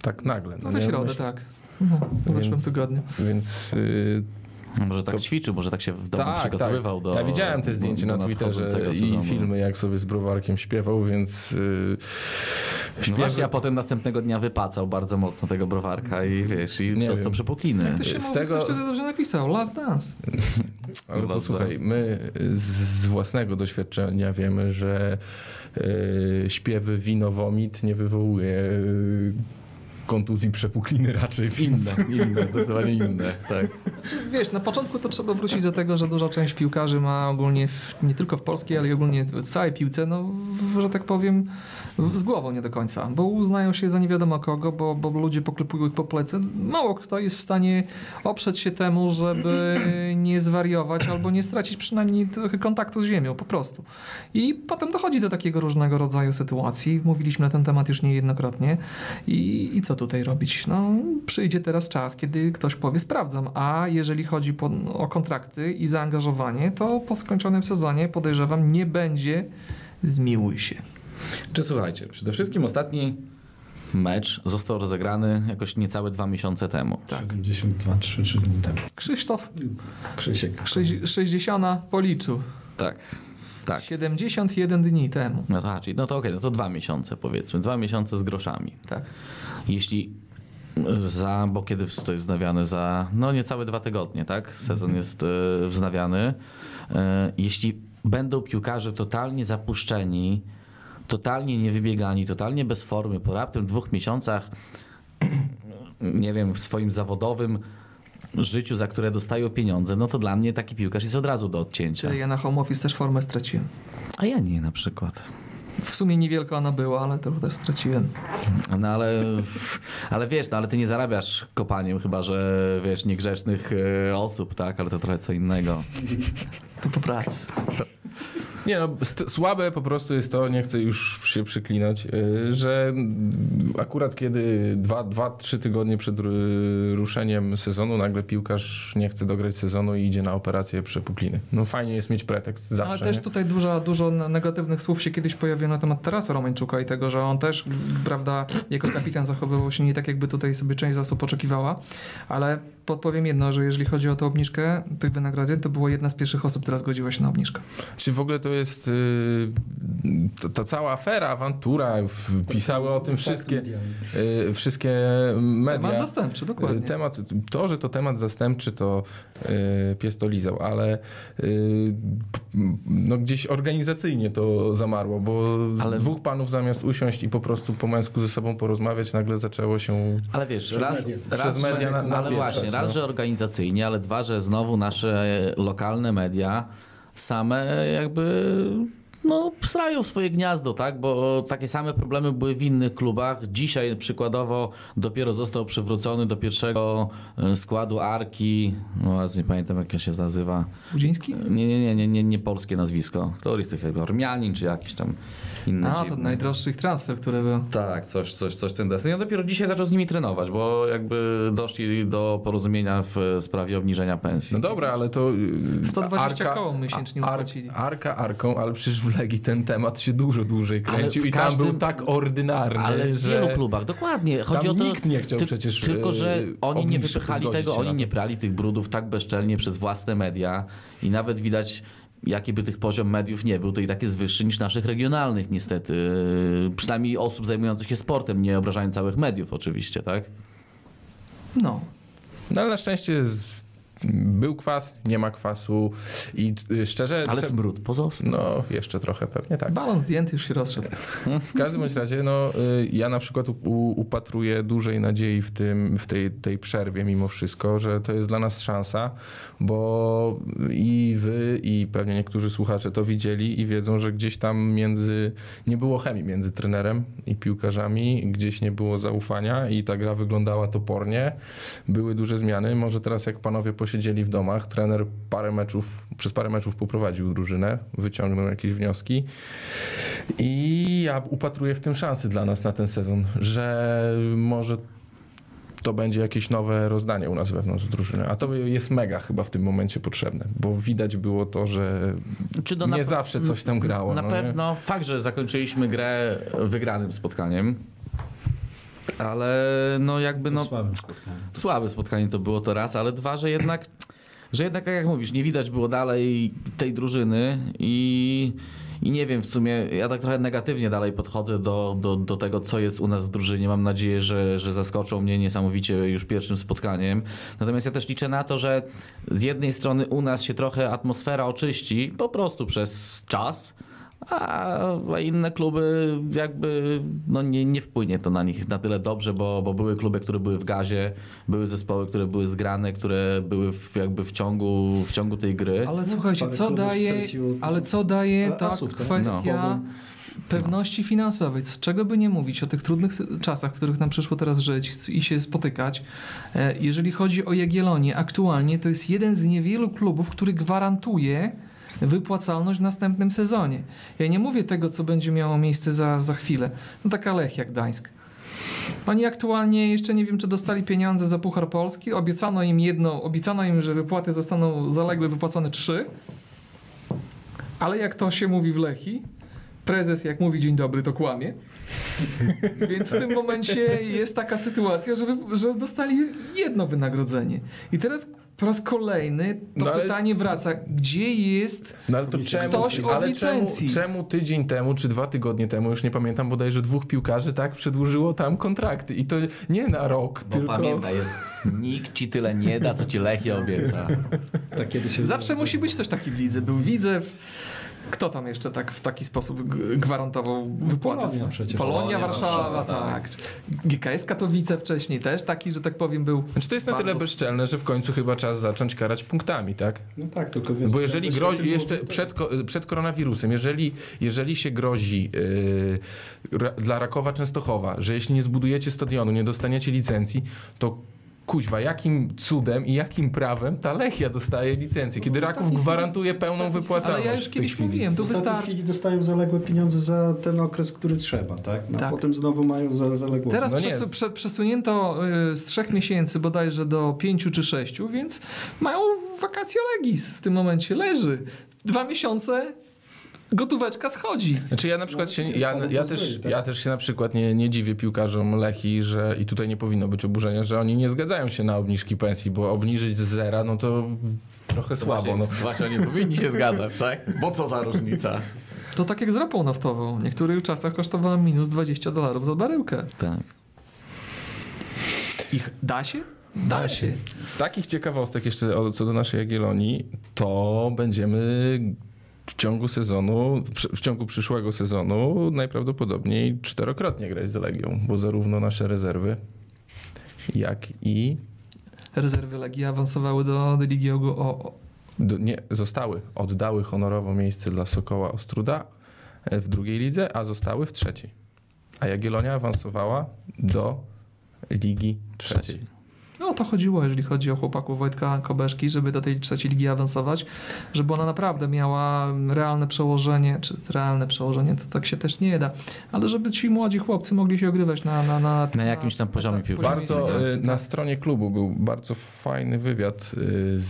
tak nagle. No nie? we środę, Myślę- tak. No, w zeszłym Więc- tygodniu. Więc y, Może tak To- ćwiczył, może tak się w domu tak, przygotowywał tak. do Ja widziałem te zdjęcia do na Twitterze nadchodzącego i sezonu. filmy, jak sobie z browarkiem śpiewał, więc y, No śpiewy- właśnie, a potem następnego dnia wypacał bardzo mocno tego browarka i wiesz, i Nie dostał wiem. przepukliny. Jak to się Z mówi, tego- ktoś to za dobrze napisał, Last Dance. Ale Las posłuchaj, Vegas. my z, z własnego doświadczenia wiemy, że y, śpiewy wino womit nie wywołuje y, kontuzji przepukliny raczej. Inne, inne, zdecydowanie inne, tak. Znaczy, wiesz, na początku to trzeba wrócić do tego, że duża część piłkarzy ma ogólnie, w, nie tylko w polskiej, ale i ogólnie w całej piłce, no, w, że tak powiem, w, z głową nie do końca, bo uznają się za nie wiadomo kogo, bo, bo ludzie poklepują ich po plecy. Mało kto jest w stanie oprzeć się temu, żeby nie zwariować albo nie stracić przynajmniej trochę kontaktu z ziemią, po prostu. I potem dochodzi do takiego różnego rodzaju sytuacji. Mówiliśmy na ten temat już niejednokrotnie. I, i co tutaj robić? No, przyjdzie teraz czas, kiedy ktoś powie sprawdzam, a jeżeli chodzi po, o kontrakty i zaangażowanie, to po skończonym sezonie podejrzewam nie będzie zmiłuj się. Czy słuchajcie, przede wszystkim ostatni mecz został rozegrany jakoś niecałe dwa miesiące temu. siedemdziesiąt dwa, trzy, trzy dni temu. Krzysztof Krzysiek. sześć- sześćdziesiąt policzył. Tak, tak. siedemdziesiąt jeden dni temu. No to, czyli, no to okej, no to dwa miesiące powiedzmy, dwa miesiące z groszami. Tak. Jeśli za, bo kiedy to jest wznawiane za, no niecałe dwa tygodnie, tak? Sezon jest e, wznawiany. E, jeśli będą piłkarze totalnie zapuszczeni, totalnie niewybiegani, totalnie bez formy, po raptem dwóch miesiącach, nie wiem, w swoim zawodowym życiu, za które dostają pieniądze, no to dla mnie taki piłkarz jest od razu do odcięcia. Czyli ja na home office też formę straciłem. A ja nie na przykład. W sumie niewielka ona była, ale to też straciłem. No ale, ale wiesz, no ale ty nie zarabiasz kopaniem, chyba że wiesz, niegrzecznych e, osób, tak? Ale to trochę co innego. To po pracy. Nie no, st- słabe po prostu jest to, nie chcę już się przyklinać, yy, że akurat kiedy dwa, dwa, trzy tygodnie przed ru- ruszeniem sezonu nagle piłkarz nie chce dograć sezonu i idzie na operację przepukliny. No fajnie jest mieć pretekst zawsze. Ale też nie? tutaj dużo, dużo negatywnych słów się kiedyś pojawiło na temat Tarasa Romańczuka i tego, że on też, prawda, jako kapitan zachowywał się nie tak, jakby tutaj sobie część osób oczekiwała, ale podpowiem jedno, że jeżeli chodzi o tę obniżkę tych wynagrodzeń, to była jedna z pierwszych osób, która zgodziła się na obniżkę. Czy w ogóle to jest yy, to, ta cała afera, awantura, w- pisały o tym wszystkie, yy, wszystkie media. Temat zastępczy, dokładnie. Yy, Temat, to, że to temat zastępczy, to yy, pies to lizał, ale yy, p- no gdzieś organizacyjnie to zamarło, bo Ale- dwóch panów zamiast usiąść i po prostu po męsku ze sobą porozmawiać, nagle zaczęło się... Ale wiesz, Przez raz, media. raz Przez media na- ale napieprzać, właśnie, raz, no. że organizacyjnie, ale dwa, że znowu nasze lokalne media same jakby no, srają w swoje gniazdo, tak? Bo takie same problemy były w innych klubach. Dzisiaj przykładowo dopiero został przywrócony do pierwszego e, składu Arki, no nie pamiętam jak on się nazywa. Budziński? Nie, nie, nie, nie, nie, nie polskie nazwisko. To jest jakby Ormianin czy jakiś tam inny. A, to dziwny. najdroższy ich transfer, który był. Tak, coś, coś, coś ten deseń. Ja dopiero dzisiaj zaczął z nimi trenować, bo jakby doszli do porozumienia w sprawie obniżenia pensji. No dobra, ale to... yy, sto dwadzieścia Arka- koło miesięcznie Ar- płacili. Arka Arką, ale przecież w Legii ten temat się dużo dłużej Ale kręcił w i każdym- tam był tak ordynarny, Ale w że... wielu klubach, dokładnie. Chodzi Tam o to, nikt nie chciał ty- przecież, Tylko, że yy, oni nie obniż- wypychali zgodzić tego, się oni na to. nie prali tych brudów tak bezczelnie przez własne media i nawet widać, jaki by tych poziom mediów nie był, to i tak jest wyższy niż naszych regionalnych niestety. Yy, Przynajmniej osób zajmujących się sportem, nie obrażając całych mediów oczywiście, tak? No. No ale na szczęście z... był kwas, nie ma kwasu i y, szczerze... Ale trzeba- smród pozostał. No, jeszcze trochę pewnie tak. Balon zdjęty już się rozszedł. W każdym bądź razie, no, y, ja na przykład u, upatruję dużej nadziei w, tym, w tej, tej przerwie mimo wszystko, że to jest dla nas szansa, bo i wy, i pewnie niektórzy słuchacze to widzieli i wiedzą, że gdzieś tam między, nie było chemii między trenerem i piłkarzami, gdzieś nie było zaufania i ta gra wyglądała topornie. Były duże zmiany. Może teraz jak panowie posiedzieli w domach, trener parę meczów, przez parę meczów poprowadził drużynę, wyciągnął jakieś wnioski i ja upatruję w tym szansy dla nas na ten sezon, że może to będzie jakieś nowe rozdanie u nas wewnątrz drużyny. A to jest mega chyba w tym momencie potrzebne, bo widać było to, że Czy no nie na- zawsze coś tam grało. Na no nie? pewno fakt, że zakończyliśmy grę wygranym spotkaniem, Ale no jakby no... Słabym spotkaniu. Słabe spotkanie to było to raz, ale dwa, że jednak, że jednak tak jak mówisz, nie widać było dalej tej drużyny i, i nie wiem w sumie, ja tak trochę negatywnie dalej podchodzę do, do, do tego, co jest u nas w drużynie. Mam nadzieję, że, że zaskoczą mnie niesamowicie już pierwszym spotkaniem. Natomiast ja też liczę na to, że z jednej strony u nas się trochę atmosfera oczyści, po prostu przez czas, a inne kluby jakby no nie, nie wpłynie to na nich na tyle dobrze, bo, bo były kluby, które były w gazie, były zespoły, które były zgrane, które były w, jakby w ciągu, w ciągu tej gry. Ale No, słuchajcie, parę co klubów daje, straciło ale co daje ta asów, tak? kwestia No. pewności finansowej? Z czego by nie mówić o tych trudnych sy- czasach, w których nam przyszło teraz żyć i się spotykać. E, Jeżeli chodzi o Jagiellonię, aktualnie to jest jeden z niewielu klubów, który gwarantuje wypłacalność w następnym sezonie. Ja nie mówię tego, co będzie miało miejsce za, za chwilę. No taka Lechia Gdańsk. Oni aktualnie jeszcze nie wiem, czy dostali pieniądze za Puchar Polski. Obiecano im jedno, obiecano im, że wypłaty zostaną zaległe wypłacone trzy. Ale jak to się mówi w Lechii, prezes jak mówi dzień dobry, to kłamie. Więc w tym momencie jest taka sytuacja, że, wy, że dostali jedno wynagrodzenie. I teraz po raz kolejny to No ale- pytanie wraca, gdzie jest No ale to Komisja czemu, Ktoś od ale czemu, licencji. czemu tydzień temu, czy dwa tygodnie temu, już nie pamiętam, bodajże dwóch piłkarzy tak przedłużyło tam kontrakty i to nie na rok, Bo tylko... pamiętaj, jest, nikt ci tyle nie da, co ci Lechia obieca. Tak, kiedy się Zawsze musi być też taki w lidze. Był Widzew. Kto tam jeszcze tak w taki sposób g- gwarantował wypłaty? Polonia swoje? przecież. Polonia, Polonia, Warszawa, Warszawa, tak. G K S Katowice wcześniej też taki, że tak powiem, był. Znaczy to jest na tyle bardzo- bezczelne, że w końcu chyba czas zacząć karać punktami, tak? No tak, tylko wiesz, Bo jeżeli jakby się grozi, tym jeszcze było- przed, ko- przed koronawirusem, jeżeli, jeżeli się grozi yy, ra, dla Rakowa Częstochowa, że jeśli nie zbudujecie stadionu, nie dostaniecie licencji, to kuźwa, jakim cudem i jakim prawem ta Lechia dostaje licencję, kiedy No, Raków ostatniej gwarantuje chwili- pełną ostatniej wypłacalność Ale ja już w tej kiedyś chwili. mówiłem, W tu ostatniej wystarczy. chwili dostają zaległe pieniądze za ten okres, który trzeba, tak? No, Tak. Potem znowu mają za, zaległe. Teraz No nie. przesu- prze- przesunięto y, z trzech miesięcy bodajże do pięciu czy sześciu, więc mają wakacje legis w tym momencie. Leży. Dwa miesiące gotóweczka schodzi. Znaczy ja na przykład No, się, wiesz, ja, ale ja, pozwoli, też, tak? ja też się na przykład nie, nie dziwię piłkarzom Lechii, że i tutaj nie powinno być oburzenia, że oni nie zgadzają się na obniżki pensji, bo obniżyć z zera, no to trochę słabo. Właśnie, No. właśnie nie powinni się zgadzać, tak? Bo co za różnica? To tak jak z ropą naftową. W niektórych czasach kosztowała minus dwadzieścia dolarów za baryłkę. Tak. Ich da się? Da się. Z takich ciekawostek jeszcze o- co do naszej Jagiellonii, to będziemy w ciągu sezonu, w, przy- w ciągu przyszłego sezonu najprawdopodobniej czterokrotnie grać z Legią, bo zarówno nasze rezerwy, jak i Rezerwy Legii awansowały do, do Ligi o, o, do, nie, zostały, oddały honorowo miejsce dla Sokoła Ostróda e, w drugiej lidze, a zostały w trzeciej. A Jagiellonia awansowała do Ligi trzeciej. No o to chodziło, jeżeli chodzi o chłopaków Wojtka Kobeszki, żeby do tej trzeciej ligi awansować, żeby ona naprawdę miała realne przełożenie, czy realne przełożenie, to tak się też nie da, ale żeby ci młodzi chłopcy mogli się ogrywać na... Na, na, Na jakimś tam poziomie tak, piłkarskim. Bardzo seniorskim, e, na tak. stronie klubu był bardzo fajny wywiad e,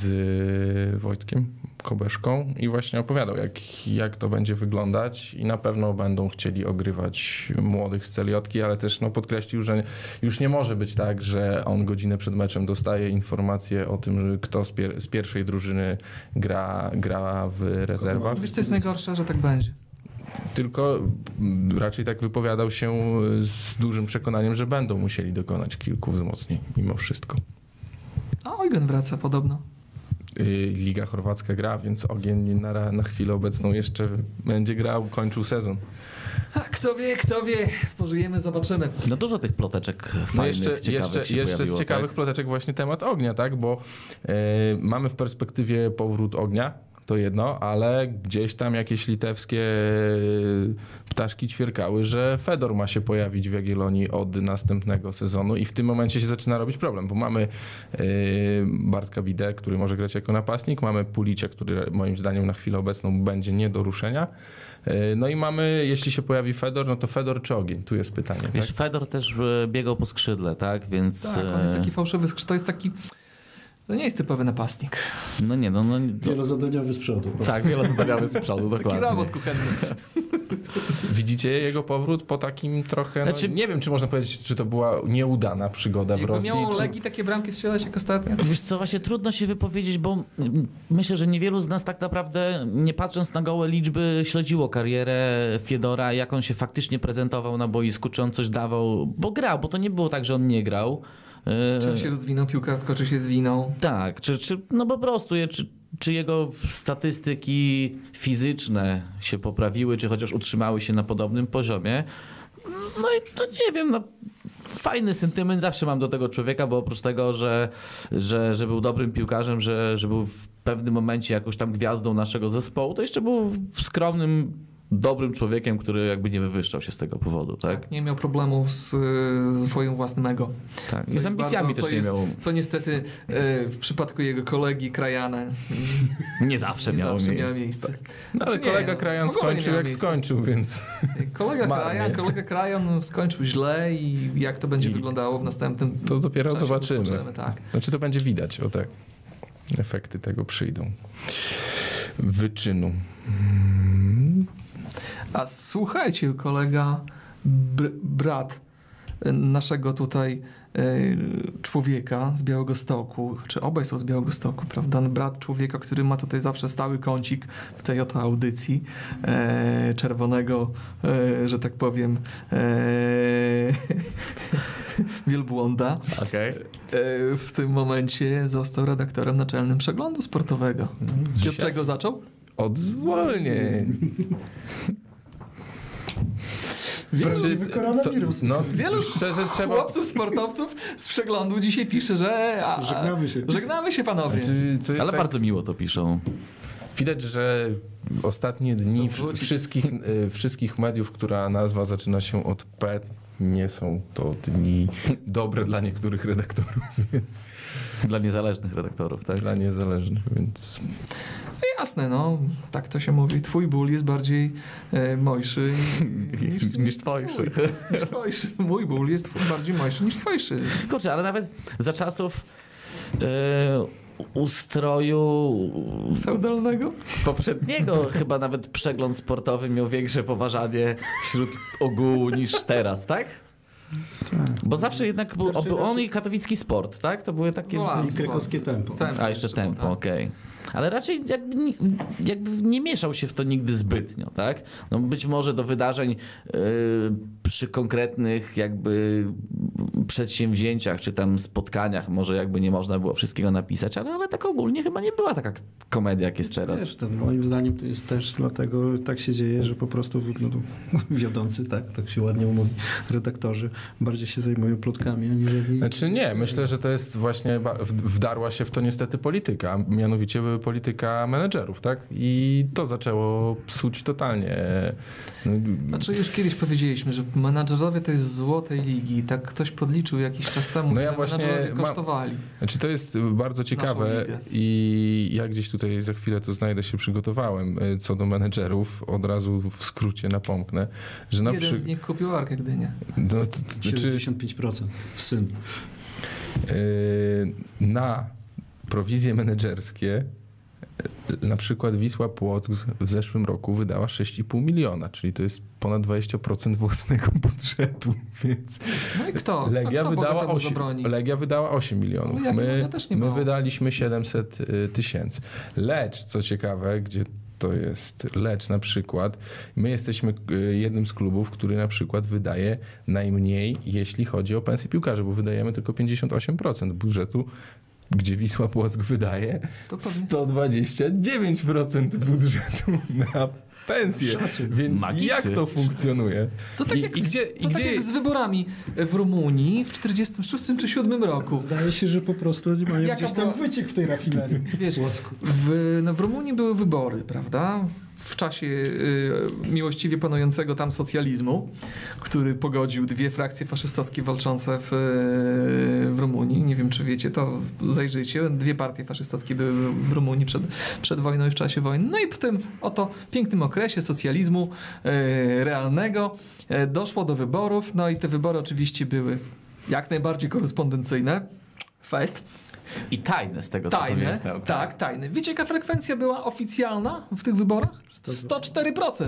z Wojtkiem Kobeszką i właśnie opowiadał, jak, jak to będzie wyglądać i na pewno będą chcieli ogrywać młodych z Celiotki, ale też no, podkreślił, że już nie może być tak, że on godzinę przed meczem dostaje informację o tym, że kto z, pier- z pierwszej drużyny gra, gra w rezerwach. Wiesz, co jest najgorsze, że tak będzie. Tylko mm, raczej tak wypowiadał się z dużym przekonaniem, że będą musieli dokonać kilku wzmocnień mimo wszystko. A Eugen wraca podobno. Y, Liga chorwacka gra, więc Ogień na, ra- na chwilę obecną jeszcze będzie grał, kończył sezon. A kto wie, kto wie, pożyjemy, zobaczymy. No dużo tych ploteczek fajnych, No jeszcze, ciekawych jeszcze, się jeszcze pojawiło, z ciekawych tak? ploteczek właśnie temat ognia, tak? Bo y, mamy w perspektywie powrót ognia, to jedno, ale gdzieś tam jakieś litewskie y, ptaszki ćwierkały, że Fedor ma się pojawić w Jagiellonii od następnego sezonu i w tym momencie się zaczyna robić problem, bo mamy y, Bartka Bidę, który może grać jako napastnik, mamy Pulicia, który moim zdaniem na chwilę obecną będzie nie do ruszenia. Y, no i mamy, jeśli się pojawi Fedor, no to Fedor czy ogień? Tu jest pytanie. Wiesz, Tak? Fedor też e, biegał po skrzydle, tak? Więc Tak, on jest e, taki fałszywy skrzydł, to jest taki... To nie jest typowy napastnik. no nie, no, no, no Wielozadaniowy z przodu. tak, wielozadaniowy z przodu, Taki dokładnie. robot kuchenny. Widzicie jego powrót po takim trochę... No, Znaczy- nie wiem, czy można powiedzieć, czy to była nieudana przygoda w Jakby Rosji. miało Czy... Legii takie bramki strzelać jak ostatnio? Wiesz co, właśnie trudno się wypowiedzieć, bo mm, myślę, że niewielu z nas tak naprawdę, nie patrząc na gołe liczby, śledziło karierę Fiedora, jak on się faktycznie prezentował na boisku, czy on coś dawał, bo grał, bo to nie było tak, że on nie grał. Czy on się rozwinął piłkarsko, czy się zwinął? Tak, czy, czy no po prostu, je- czy, czy jego statystyki fizyczne się poprawiły, czy chociaż utrzymały się na podobnym poziomie. No i to nie wiem, no, fajny sentyment zawsze mam do tego człowieka, bo oprócz tego, że, że, że był dobrym piłkarzem, że, że był w pewnym momencie jakąś tam gwiazdą naszego zespołu, to jeszcze był skromnym, dobrym człowiekiem, który jakby nie wywyższał się z tego powodu, tak? Tak, nie miał problemu z, z swoim własnym ego. Tak. Co I z jest ambicjami bardzo- też co nie jest, miał, Co niestety e, w przypadku jego kolegi Krajana nie zawsze nie miało zawsze miejsce. miało miejsce. No, ale Znaczy nie, kolega no, Krajan w ogóle nie skończył miało jak miejsca. skończył, więc... Kolega Marnie. Krajan, kolega Krajan skończył źle i jak to będzie I- wyglądało w następnym To dopiero czasie, zobaczymy. zobaczymy, tak. Znaczy to będzie widać, o tak. Efekty tego przyjdą. Wyczynu. A słuchajcie, kolega, br- brat naszego tutaj e, człowieka z Białegostoku, czy obaj są z Białegostoku, prawda? Brat człowieka, który ma tutaj zawsze stały kącik w tej oto audycji e, czerwonego, e, że tak powiem, e, wielbłąda. Okej. E, w tym momencie został redaktorem naczelnym Przeglądu Sportowego. I od czego zaczął? Od zwolnień. Prawdziwy koronawirus. To, no, Wielu szczerze trzeba... chłopców, sportowców z Przeglądu dzisiaj pisze, że... A, a, Żegnamy się. Żegnamy się, panowie. Znaczy, to Ale tak bardzo miło to piszą. widać, że ostatnie dni Co wróci? wszystkich, y, wszystkich mediów, która nazwa zaczyna się od P, nie są to dni dobre dla niektórych redaktorów, więc Dla niezależnych redaktorów, tak? dla niezależnych, więc... Jasne, no, tak to się mówi. Twój ból jest bardziej e, mojszy niż, Niż twojszy. Niż twojszy. Mój ból jest twój, bardziej mojszy niż twojszy. Kurczę, ale nawet za czasów e, ustroju Feudalnego? poprzedniego chyba nawet przegląd sportowy miał większe poważanie wśród ogółu niż teraz, tak? Tak. Bo zawsze jednak był, Znaczy, był on raczej- i katowicki sport, tak? To były takie... Wola. I krakowskie tempo. Tempo A, jeszcze tempo, tak. okej. Ale raczej jakby, ni- jakby nie mieszał się w to nigdy zbytnio, tak? No być może do wydarzeń yy, przy konkretnych jakby przedsięwzięciach, czy tam spotkaniach może jakby nie można było wszystkiego napisać, ale, ale tak ogólnie chyba nie była taka komedia, jak jest teraz. Wiesz, to moim zdaniem to jest też dlatego tak się dzieje, że po prostu no, to wiodący, tak, tak się ładnie mówi, redaktorzy bardziej się zajmują plotkami, aniżeli... Znaczy nie, myślę, że to jest właśnie, ba- w- wdarła się w to niestety polityka, a mianowicie polityka menedżerów, tak? I to zaczęło psuć totalnie. No, Znaczy już kiedyś powiedzieliśmy, że menadżerowie to jest zło tej ligi. Tak ktoś podliczył jakiś czas temu, No ja ile właśnie menadżerowie mam- kosztowali. Znaczy to jest bardzo ciekawe ligę. i ja gdzieś tutaj za chwilę to znajdę się przygotowałem y, co do menedżerów, od razu w skrócie napomknę, że na Jeden przykład... z nich kupił Arkę Gdynia. No, to- to- znaczy, siedemdziesiąt pięć procent. Syn. y, na prowizje menedżerskie y, na przykład Wisła Płock w zeszłym roku wydała sześć i pół miliona, czyli to jest ponad dwadzieścia procent własnego budżetu, więc No i kto? Legia, kto wydała bogatemu osiem, zabroni? Legia wydała osiem milionów. No, Jagiellonia My, też nie my mało. wydaliśmy siedemset y, tysięcy. Lecz, co ciekawe, gdzie to jest Lecz na przykład, my jesteśmy y, jednym z klubów, który na przykład wydaje najmniej, jeśli chodzi o pensje piłkarzy, bo wydajemy tylko pięćdziesiąt osiem procent budżetu, gdzie Wisła Płock wydaje To pewnie. sto dwadzieścia dziewięć procent budżetu na pensje. Szacun. Więc Magicy. jak to funkcjonuje? To tak, I, jak, i gdzie, to i tak gdzie jak z wyborami w Rumunii w czterdziestym szóstym czy siódmym roku. Zdaje się, że po prostu oni mają Jaka gdzieś tam była- wyciek w tej rafinerii. Wiesz, w, no w Rumunii były wybory, prawda? W czasie y, miłościwie panującego tam socjalizmu, który pogodził dwie frakcje faszystowskie walczące w, w Rumunii. Nie wiem, czy wiecie, to zajrzyjcie. Dwie partie faszystowskie były w Rumunii przed, przed wojną i w czasie wojny. No i w tym oto pięknym okresie socjalizmu y, realnego y, doszło do wyborów. No i te wybory oczywiście były jak najbardziej korespondencyjne. Fest. I tajne z tego, co Tajne, pamiętam. tak, tajne. Wiecie, jaka frekwencja była oficjalna w tych wyborach? sto cztery procent.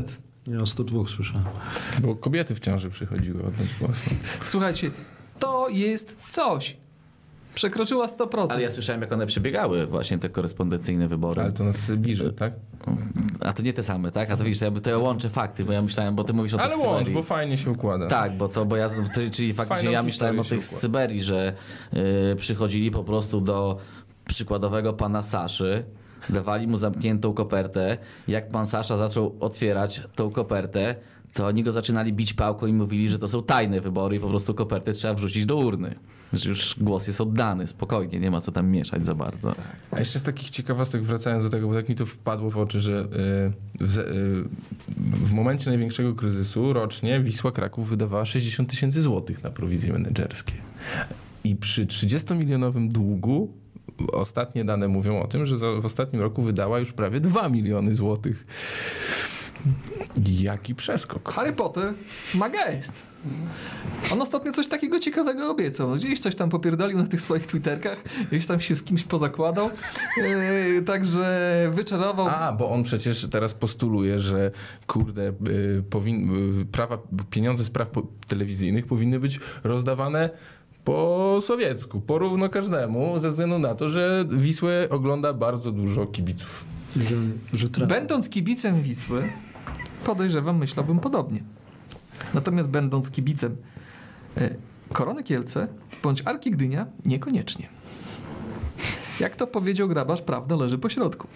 Ja o sto dwa słyszałem. Bo kobiety w ciąży przychodziły oddać głos. Słuchajcie, to jest coś. Przekroczyła sto procent. Ale ja słyszałem, jak one przebiegały, właśnie te korespondencyjne wybory. Ale to na Sybirze, tak? A to nie te same, tak? A to widzisz, jakby to ja łączę fakty, bo ja myślałem, bo ty mówisz o Ale tych łącz, Syberii. bo fajnie się układa. Tak, bo to, bo ja, czyli, czyli faktycznie Fajną ja myślałem o historię tych się z układa. Syberii, że y, przychodzili po prostu do przykładowego pana Saszy, dawali mu zamkniętą kopertę. Jak pan Sasza zaczął otwierać tą kopertę, to oni go zaczynali bić pałką i mówili, że to są tajne wybory i po prostu kopertę trzeba wrzucić do urny. Że już głos jest oddany, spokojnie, nie ma co tam mieszać za bardzo. A jeszcze z takich ciekawostek, wracając do tego, bo tak mi to wpadło w oczy, że y, w, ze- y, w momencie największego kryzysu rocznie Wisła Kraków wydawała sześćdziesiąt tysięcy złotych na prowizje menedżerskie. I przy trzydziestomilionowym długu ostatnie dane mówią o tym, że za, w ostatnim roku wydała już prawie dwa miliony złotych. Jaki przeskok. Harry Potter ma gest. On ostatnio coś takiego ciekawego obiecał. Gdzieś coś tam popierdolił na tych swoich Twitterkach, gdzieś tam się z kimś pozakładał. Yy, także wyczarował. A, bo on przecież teraz postuluje, że kurde, y, powin, y, prawa, pieniądze z praw po, telewizyjnych powinny być rozdawane po sowiecku, porówno każdemu, ze względu na to, że Wisłę ogląda bardzo dużo kibiców. Że, że tra- Będąc kibicem Wisły, podejrzewam, myślałbym podobnie. Natomiast będąc kibicem e, Korony Kielce bądź Arki Gdynia, niekoniecznie. Jak to powiedział Grabarz, prawda leży po środku.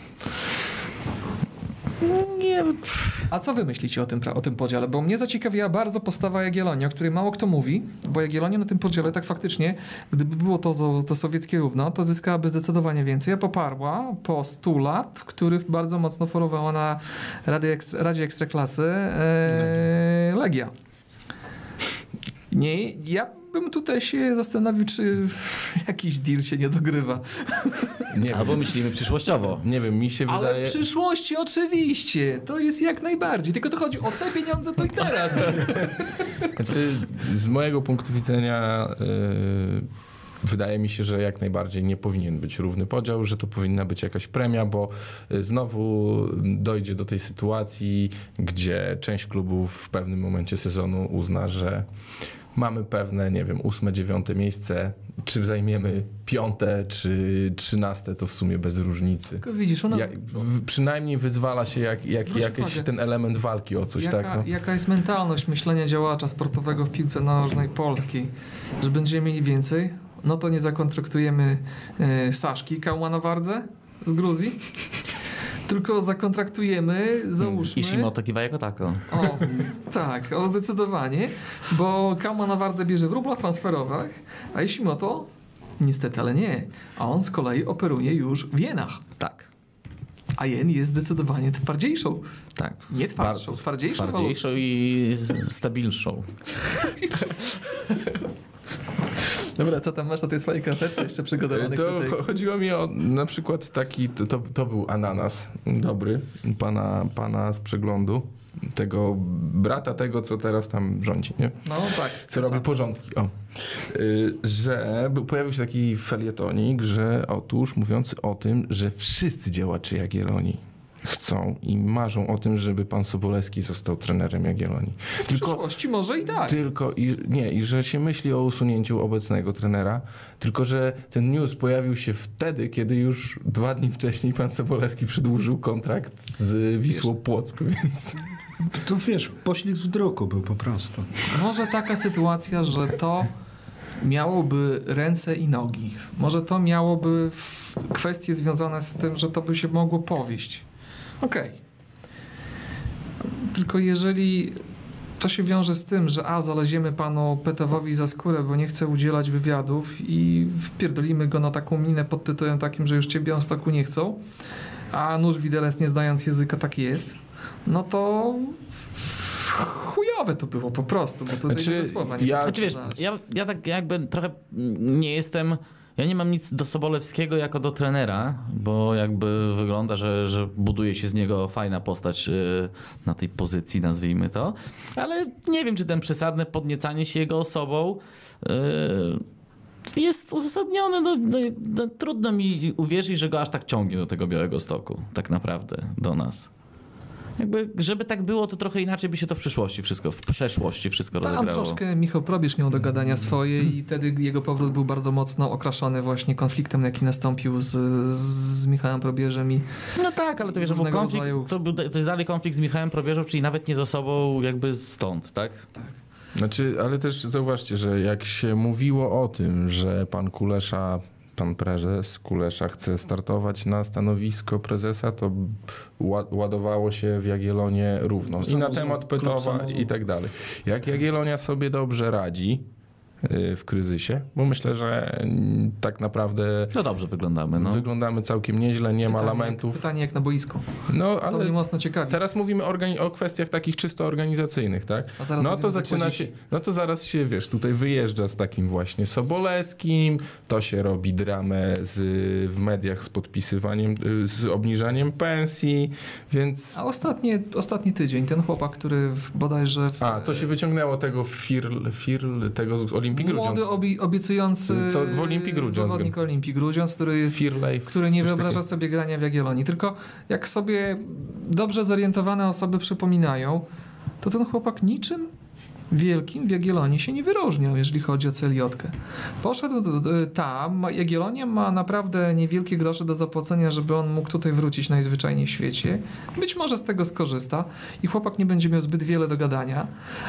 Nie, A co wy myślicie o tym, pra- o tym podziale? Bo mnie zaciekawiła bardzo postawa Jagiellonii, o której mało kto mówi, bo Jagiellonia na tym podziale tak faktycznie, gdyby było to, to sowieckie równo, to zyskałaby zdecydowanie więcej. A poparła postulat, który bardzo mocno forowała na Radzie, Ekstra, Radzie Ekstraklasy e, Legia. Nie, ja bym tutaj się zastanowił, czy jakiś deal się nie dogrywa. Nie wiem, albo myślimy przyszłościowo. nie wiem, mi się Ale wydaje... w przyszłości oczywiście, to jest jak najbardziej, tylko to chodzi o te pieniądze, to i teraz. Znaczy, z mojego punktu widzenia yy, wydaje mi się, że jak najbardziej nie powinien być równy podział, że to powinna być jakaś premia, bo y, znowu dojdzie do tej sytuacji, gdzie część klubów w pewnym momencie sezonu uzna, że mamy pewne, nie wiem, ósme, dziewiąte miejsce, czy zajmiemy piąte, czy trzynaste, to w sumie bez różnicy. Tylko widzisz, ona... Ja, w, przynajmniej wyzwala się jak, jak, Zwróć jakiś uwagę. ten element walki o coś, Jaka, tak? No. jaka jest mentalność myślenia działacza sportowego w piłce nożnej polskiej? Że będziemy mieli więcej? No to nie zakontraktujemy e, Saszki Kałmanowardze z Gruzji, tylko zakontraktujemy, załóżmy... I Shimoto kiwa jako tako. O, tak, o zdecydowanie, bo Kałmanowardze bierze w rublach transferowych, a Ishimoto niestety, ale nie. A on z kolei operuje już w jenach. Tak, A jen jest zdecydowanie twardziejszą. tak. Nie twardszą, Bardzo twardziejszą. Twardziejszą i stabilszą. Dobra, co tam masz na tej swojej karteczce jeszcze przygotowanych To tutaj? cho- chodziło mi o na przykład taki, to, to, to był ananas dobry, pana, pana z przeglądu, tego brata tego, co teraz tam rządzi, nie? No tak. Co robi porządki. O. Y, że był, pojawił się taki felietonik, że otóż mówiący o tym, że wszyscy działacze Jagiellonii chcą i marzą o tym, żeby pan Sobolewski został trenerem Jagiellonii. W przyszłości może i tak. Tylko i nie, i że się myśli o usunięciu obecnego trenera, tylko że ten news pojawił się wtedy, kiedy już dwa dni wcześniej pan Sobolewski przedłużył kontrakt z Wisłą Płock, więc... To wiesz, poślizg w druku był po prostu. Może taka sytuacja, że to miałoby ręce i nogi. Może to miałoby w- kwestie związane z tym, że to by się mogło powieść. Okej. Tylko jeżeli to się wiąże z tym, że a, zaleziemy panu Petowowi za skórę, bo nie chce udzielać wywiadów i wpierdolimy go na taką minę pod tytułem takim, że już cię Białymstoku nie chcą, a nóż widelec nie znając języka tak jest, no to chujowe to było po prostu, bo tutaj Znaczy, tego słowa nie ja- potrafię Znaczy wiesz, znaleźć. ja, ja tak jakby trochę nie jestem... Ja nie mam nic do Sobolewskiego jako do trenera, bo jakby wygląda, że, że buduje się z niego fajna postać yy, na tej pozycji, nazwijmy to. Ale nie wiem, czy ten przesadne podniecanie się jego osobą yy, jest uzasadnione. No, no, no, trudno mi uwierzyć, że go aż tak ciągnie do tego Białegostoku, tak naprawdę, do nas. jakby, żeby tak było, to trochę inaczej by się to w przyszłości wszystko, w przeszłości wszystko Tam rozegrało. troszkę Michał Probierz miał do gadania swoje i wtedy jego powrót był bardzo mocno okraszony właśnie konfliktem, jaki nastąpił z, z Michałem Probierzem i No tak, ale to wiesz, bo różnego konflikt, rodzaju- to, był- to jest dalej konflikt z Michałem Probierzem, czyli nawet nie z osobą jakby stąd, tak? Znaczy, ale też zauważcie, że jak się mówiło o tym, że pan Kulesza, pan prezes Kulesza chce startować na stanowisko prezesa, to ła- ładowało się w Jagiellonie równo. I na Samozwał, temat klub Petowa samozwał. i tak dalej. Jak Jagiellonia sobie dobrze radzi y, w kryzysie, bo myślę, że mm, tak naprawdę No dobrze wyglądamy, no. wyglądamy całkiem nieźle, nie ma pytanie, lamentów. pytanie jak na boisko. No, To mnie ale mocno ciekawi. teraz mówimy organi- o kwestiach takich czysto organizacyjnych, tak? A zaraz No to będziemy zaczyna zakładzi- się, no to zaraz się, wiesz, tutaj wyjeżdża z takim właśnie Sobolewskim, to się robi dramę z, w mediach z podpisywaniem, y, z obniżaniem pensji, więc... A ostatnie, ostatni tydzień, ten chłopak, który w, bodajże... W, A, to się wyciągnęło tego Firl, Firl tego z Olimpii Młody, Grudziądz. obi, obiecujący Co w Olimpii Grudziądz zawodnik Olimpii Grudziądz, który jest Firlej, który nie coś wyobraża takiego. sobie grania w Jagiellonii. Tylko jak sobie dobrze zorientowane osoby przypominają, to ten chłopak niczym wielkim w Jagiellonii się nie wyróżniał, jeżeli chodzi o celiotkę. Poszedł do- do- tam, Jagiellonia ma naprawdę niewielkie grosze do zapłacenia, żeby on mógł tutaj wrócić najzwyczajniej w świecie. Być może z tego skorzysta i chłopak nie będzie miał zbyt wiele do gadania.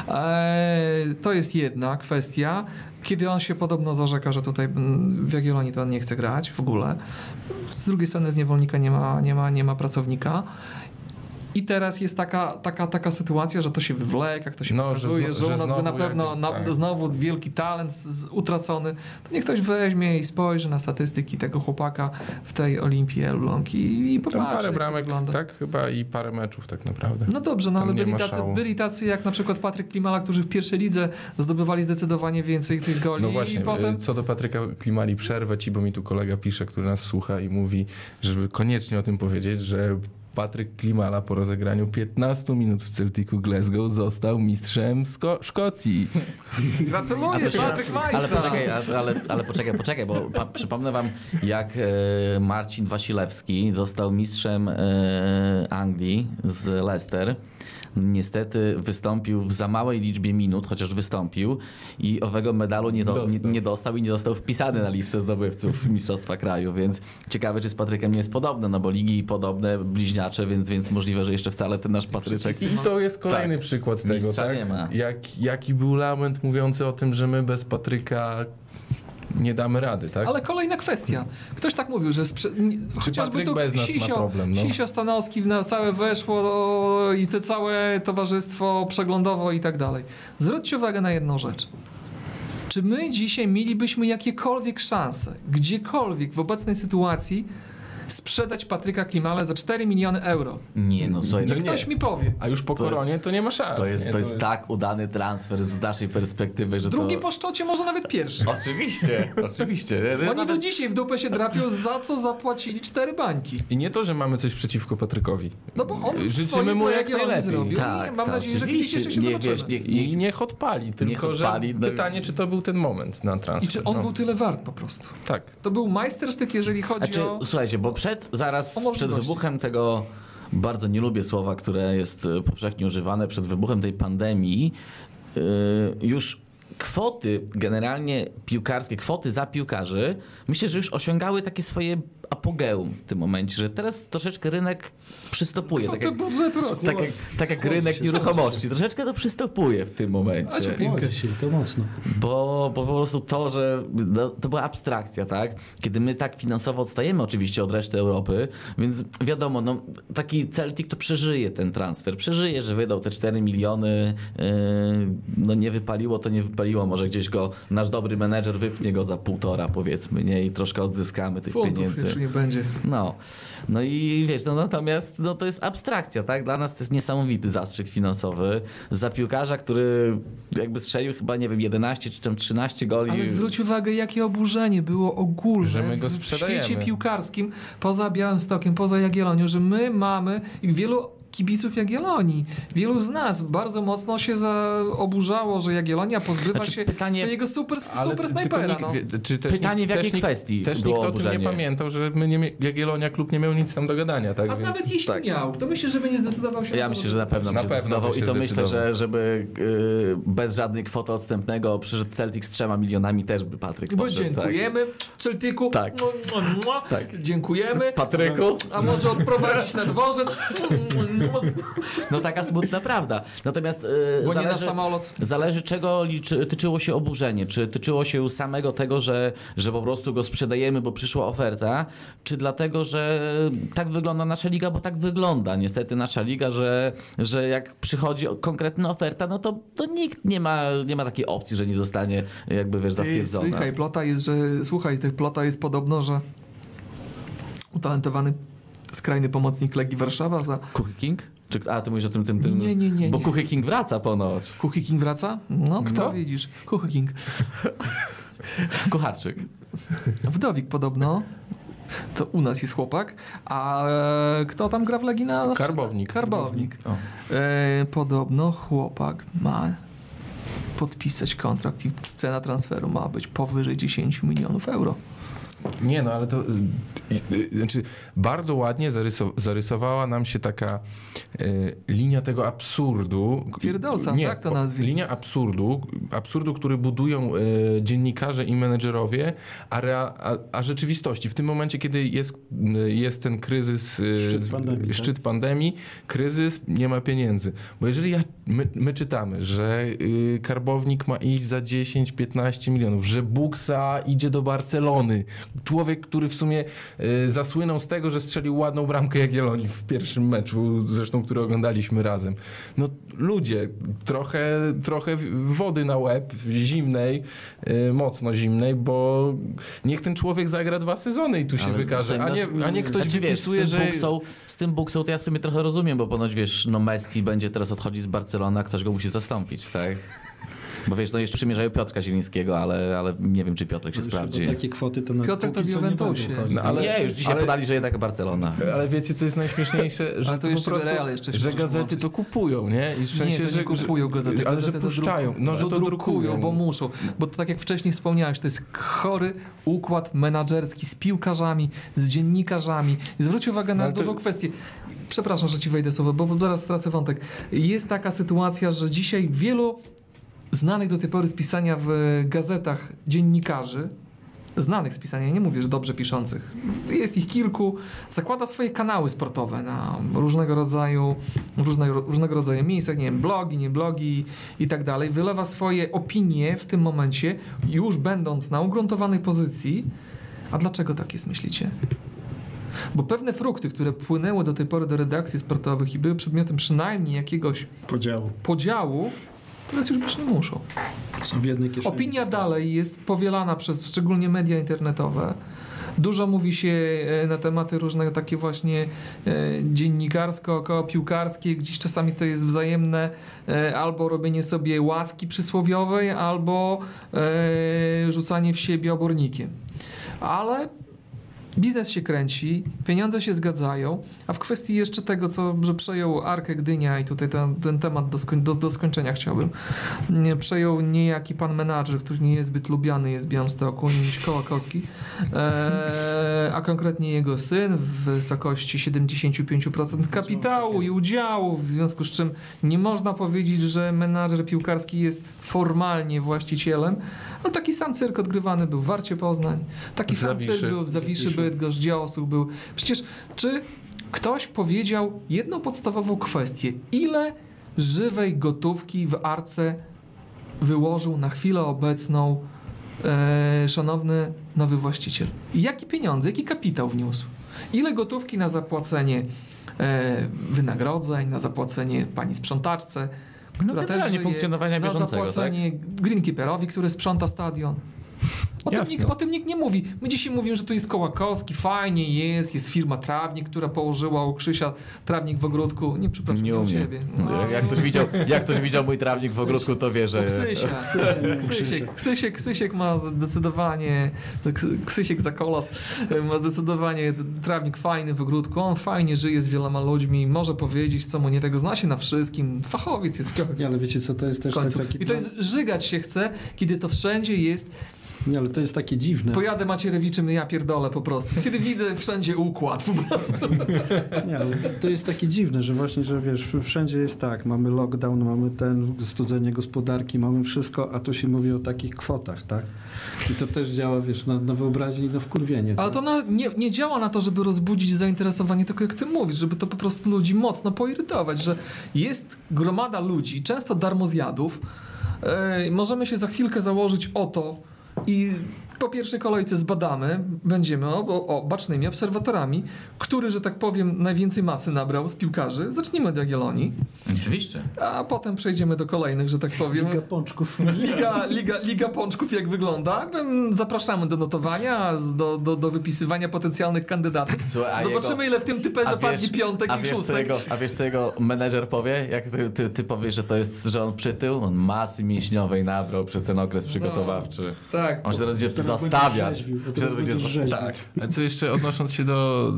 Eee, to jest jedna kwestia. Kiedy on się podobno zarzeka, że tutaj mm, w Jagiellonii to on nie chce grać w ogóle. Z drugiej strony z niewolnika nie ma, nie ma, nie ma pracownika. I teraz jest taka, taka, taka sytuacja, że to się wywleka, jak to się No, że pokazuje, zno- że, że u nas by znowu na pewno jak- na, tak. znowu wielki talent z, utracony. To niech ktoś weźmie i spojrzy na statystyki tego chłopaka w tej Olimpii Elbląg i, i Tam popatrzy, parę jak to bramek, wygląda. tak? Chyba i parę meczów tak naprawdę. No dobrze, no Tam ale nie byli ma tacy, szału. byli tacy jak na przykład Patryk Klimala, którzy w pierwszej lidze zdobywali zdecydowanie więcej tych goli No właśnie, i potem... y, co do Patryka Klimali, przerwę ci, bo mi tu kolega pisze, który nas słucha i mówi, żeby koniecznie o tym powiedzieć, że Patryk Klimala po rozegraniu piętnastu minut w Celticu Glasgow został mistrzem Sko- Szkocji. Gratuluję, to się- Patryk Majstra! Ale poczekaj, ale, ale, ale poczekaj, poczekaj, bo pa, przypomnę wam, jak e, Marcin Wasilewski został mistrzem e, Anglii z Leicester. Niestety wystąpił w za małej liczbie minut, chociaż wystąpił i owego medalu nie, do, nie, Dostał. nie dostał i nie został wpisany na listę zdobywców Mistrzostwa Kraju, więc ciekawe, czy z Patrykiem nie jest podobne, no bo ligi podobne, bliźniacze, więc, więc możliwe, że jeszcze wcale ten nasz Patryczek... I to jest kolejny Tak. przykład tego, Mistrza tak? nie ma. Jak, jaki był lament mówiący o tym, że my bez Patryka nie damy rady, tak? Ale kolejna kwestia. Ktoś tak mówił, że sprze... chociażby Patryk tu bez nas ma Sisio, problem, no. Sisio Stanowski na całe weszło o, i te całe towarzystwo przeglądowo i tak dalej. Zwróćcie uwagę na jedną rzecz. Czy my dzisiaj mielibyśmy jakiekolwiek szanse, gdziekolwiek w obecnej sytuacji sprzedać Patryka Klimale za cztery miliony euro? Nie, no słuchaj, No no, nie. Ktoś mi powie. A już po To jest- koronie to nie ma szans. to jest, nie? to jest tak udany transfer z naszej perspektywy, że Drugi to... po szczocie, może nawet pierwszy. Oczywiście, oczywiście. Oni do dzisiaj w dupę się drapią, za co zapłacili cztery bańki. I nie to, że mamy coś przeciwko Patrykowi. No bo on Życzymy swoje mu jak Jagiellonii najlepiej. zrobił. Tak, I mam tak, nadzieję, że kiedyś oczywiście. jeszcze się Nie, zobaczymy. wiesz, nie- I niech odpali, tylko odpali, że no- pytanie, czy to był ten moment na transfer. I czy on no. był tyle wart po prostu? Tak. To był majstersztyk, jeżeli chodzi Znaczy, o... słuchajcie, bo przed, o zaraz przed możliwości. wybuchem tego, bardzo nie lubię słowa, które jest e, powszechnie używane, przed wybuchem tej pandemii, e, już kwoty generalnie piłkarskie, kwoty za piłkarzy, myślę, że już osiągały takie swoje apogeum w tym momencie, że teraz troszeczkę rynek przystopuje. Tak jak, budżetu tak jak, tak jak rynek nieruchomości. Troszeczkę to przystopuje w tym momencie. Piłkę się, to mocno. Bo, bo po prostu to, że no, to była abstrakcja, tak? Kiedy my tak finansowo odstajemy oczywiście od reszty Europy, więc wiadomo, no, taki Celtic to przeżyje ten transfer. Przeżyje, że wydał te cztery miliony, yy, no nie wypaliło, to nie wypaliło. Może gdzieś go nasz dobry menedżer wypnie go za półtora, powiedzmy, nie? I troszkę odzyskamy tych Funtów pieniędzy. już nie będzie. No, no i wiesz, no natomiast no, to jest abstrakcja, tak? Dla nas to jest niesamowity zastrzyk finansowy. Za piłkarza, który jakby strzelił chyba, nie wiem, jedenaście czy tam trzynaście goli. Ale zwróć uwagę, jakie oburzenie było ogólne Że my go w- w sprzedajemy. świecie piłkarskim, poza Białymstokiem, poza Jagiellonią, że my mamy i wielu kibiców Jagiellonii. Wielu z nas bardzo mocno się za... oburzało, że Jagiellonia pozbywa Znaczy, się pytanie- swojego super, Ale super tylko snajpera. nikt, No. wie- czy też Pytanie, nikt, w jakiej też nikt, kwestii Też było nikt o tym oburzenie? nie pamiętał, że my nie, mie- Jagiellonia klub nie miał nic tam do gadania, tak? A Więc... nawet jeśli tak. miał, to myślę, że by nie zdecydował się Ja na to, myślę, że na pewno Na by się pewno zdecydował by i się to myślę, zdecydował. że żeby y, bez żadnej kwoty odstępnego przyszedł Celtic z trzema milionami też by Patryk Bo poszedł. dziękujemy Celticu. Tak. Mua, mua, mua. Tak. Dziękujemy. Tak. Patryku? A może odprowadzić na dworzec? No taka smutna prawda. Natomiast y, Bo nie na zależy, samolot. zależy czego liczy, tyczyło się oburzenie. Czy tyczyło się samego tego, że, że po prostu go sprzedajemy, bo przyszła oferta, czy dlatego, że tak wygląda nasza liga, bo tak wygląda niestety nasza liga, że, że jak przychodzi konkretna oferta, no to, to nikt nie ma, nie ma takiej opcji, że nie zostanie jakby wiesz zatwierdzona. Słuchaj, plota jest, że słuchaj, tych plota jest podobno, że utalentowany skrajny pomocnik Legii Warszawa za Kuchy King? Czy, a, ty mówisz o tym, tym, tym... Nie, nie, nie, Bo nie. Kuchy King wraca ponoć. Kuchy King wraca? No, kto No. widzisz? Kuchy King. Kucharczyk. Wdowik podobno. To u nas jest chłopak. A e, kto tam gra w Legii na na Karbownik. Karbownik. O. E, podobno chłopak ma podpisać kontrakt i cena transferu ma być powyżej dziesięć milionów euro. Nie, no ale to y, y, znaczy bardzo ładnie zarysow- zarysowała nam się taka y, linia tego absurdu. Pierdolca, Nie, tak to po- nazwij. Linia absurdu, absurdu, który budują y, dziennikarze i menedżerowie, a, rea, a, a rzeczywistości. W tym momencie, kiedy jest, y, jest ten kryzys, y, Szczyt pandemii, szczyt pandemii, kryzys, nie ma pieniędzy. Bo jeżeli ja, my, my czytamy, że y, Karbownik ma iść za dziesięć piętnaście milionów, że Buksa idzie do Barcelony, człowiek, który w sumie y, zasłynął z tego, że strzelił ładną bramkę Jagiellonii w pierwszym meczu, zresztą który oglądaliśmy razem. No ludzie, trochę, trochę wody na łeb, zimnej, y, mocno zimnej, bo niech ten człowiek zagra dwa sezony i tu się Ale wykaże, a nie, a nie ktoś znaczy, wiesz, wypisuje, z tym że... Buksą, z tym Buksą to ja w sumie trochę rozumiem, bo ponoć wiesz, no Messi będzie teraz odchodzić z Barcelony, a ktoś go musi zastąpić, tak? Bo wiesz, no jeszcze przymierzają Piotrka Zielińskiego, ale, ale nie wiem, czy Piotrek się Już sprawdzi. Takie kwoty to na Piotrek to póki w co nie Juventusie. będą chodzić. No, ale- nie, już dzisiaj ale- podali, że jednak Barcelona. Ale wiecie, co jest najśmieszniejsze? Że Ale to po jeszcze prostu, Real jeszcze się że możesz gazety włączyć. to kupują, nie? I w sensie, nie, to że, nie kupują gazety. Ale że gazety to puszczają. drukują. No, że to drukują. bo muszą. Bo to tak jak wcześniej wspomniałeś, to jest chory układ menadżerski z piłkarzami, z dziennikarzami. I zwróć uwagę na Ale to- dużą kwestię. Przepraszam, że ci wejdę słowo, bo zaraz stracę wątek. Jest taka sytuacja, że dzisiaj wielu znanych do tej pory z pisania w gazetach dziennikarzy, znanych z pisania, nie mówię, że dobrze piszących, jest ich kilku, zakłada swoje kanały sportowe na różnego rodzaju, w różnego, różnego rodzaju miejscach, nie wiem, blogi, nie blogi i tak dalej, wylewa swoje opinie w tym momencie, już będąc na ugruntowanej pozycji. A dlaczego tak jest, myślicie? Bo pewne frukty, które płynęły do tej pory do redakcji sportowych i były przedmiotem przynajmniej jakiegoś Podziału. podziału, teraz już być nie muszą. Są w jednej kieszeni. Opinia dalej jest powielana przez szczególnie media internetowe. Dużo mówi się e, na tematy różne takie właśnie e, dziennikarsko, około piłkarskie, gdzieś czasami to jest wzajemne e, albo robienie sobie łaski przysłowiowej, albo e, rzucanie w siebie obornikiem. Ale biznes się kręci, pieniądze się zgadzają, a w kwestii jeszcze tego, co że przejął Arkę Gdynia i tutaj ten, ten temat do, skoń, do, do skończenia chciałbym, nie, przejął niejaki pan menadżer, który nie jest zbyt lubiany jest w Białymstoku, niż Kołakowski, e, a konkretnie jego syn w wysokości siedemdziesiąt pięć procent kapitału i udziału, w związku z czym nie można powiedzieć, że menadżer piłkarski jest formalnie właścicielem, ale taki sam cyrk odgrywany był w Warcie Poznań, taki W sam Zawiszy. cyrk był w Zawiszy, Bydgoszcz, Działosów był. Przecież czy ktoś powiedział jedną podstawową kwestię, ile żywej gotówki w Arce wyłożył na chwilę obecną e, szanowny nowy właściciel? I jakie pieniądze, jaki kapitał wniósł? Ile gotówki na zapłacenie e, wynagrodzeń, na zapłacenie pani sprzątaczce, która też generalnie żyje, funkcjonowania na bieżącego, zapłacenie greenkeeperowi, który sprząta stadion. O tym, Jasne. nikt, o tym nikt nie mówi. My dzisiaj mówimy, że tu jest Kołakowski, fajnie jest, jest firma Trawnik, która położyła u Krzysia trawnik w ogródku. Nie, przepraszam, Nie nie u umie. ciebie. No. Jak, jak, ktoś widział, jak ktoś widział mój trawnik w ogródku, to wie, że... Ksysia. Ksysiek, Ksysiek, Ksysiek ma zdecydowanie, Ksysiek Zakolas ma zdecydowanie trawnik fajny w ogródku, on fajnie żyje z wieloma ludźmi, może powiedzieć, co mu nie tego, zna się na wszystkim, fachowiec jest w Nie, ale wiecie co, to jest też tak, końcu. taki... I to jest, żygać się chce, kiedy to wszędzie jest. Nie, ale to jest takie dziwne. Pojadę Macierewiczem, ja pierdolę po prostu. Kiedy widzę wszędzie układ po prostu. Nie, ale to jest takie dziwne, że właśnie, że wiesz, wszędzie jest tak, mamy lockdown, mamy ten, studzenie gospodarki, mamy wszystko, a tu się mówi o takich kwotach, tak? I to też działa, wiesz, na, na wyobraźnię i na wkurwienie. Ale tak? to na, nie, nie działa na to, żeby rozbudzić zainteresowanie, tylko jak ty mówisz, żeby to po prostu ludzi mocno poirytować, że jest gromada ludzi, często darmozjadów, yy, możemy się za chwilkę założyć o to i po pierwszej kolejce zbadamy, będziemy o, o, o, bacznymi obserwatorami, który, że tak powiem, najwięcej masy nabrał z piłkarzy. Zacznijmy od Jagiellonii, Oczywiście. a potem przejdziemy do kolejnych, że tak powiem. Liga pączków. Liga, Liga, Liga Pączków jak wygląda? Zapraszamy do notowania, do, do, do wypisywania potencjalnych kandydatów. Słuchaj, a Zobaczymy, jego- ile w tym typerze a padnie wiesz- piątek a i wiesz, co szóstek. jego, a wiesz co jego menedżer powie? Jak ty, ty, ty powiesz, że to jest, że on przytył? On masy mięśniowej nabrał przez ten okres przygotowawczy. Tak. On się teraz będzie Teraz zastawiać. będzie rzeźbił, bo Teraz teraz będzie będzie rzeźbił. tak. A co jeszcze odnosząc się do,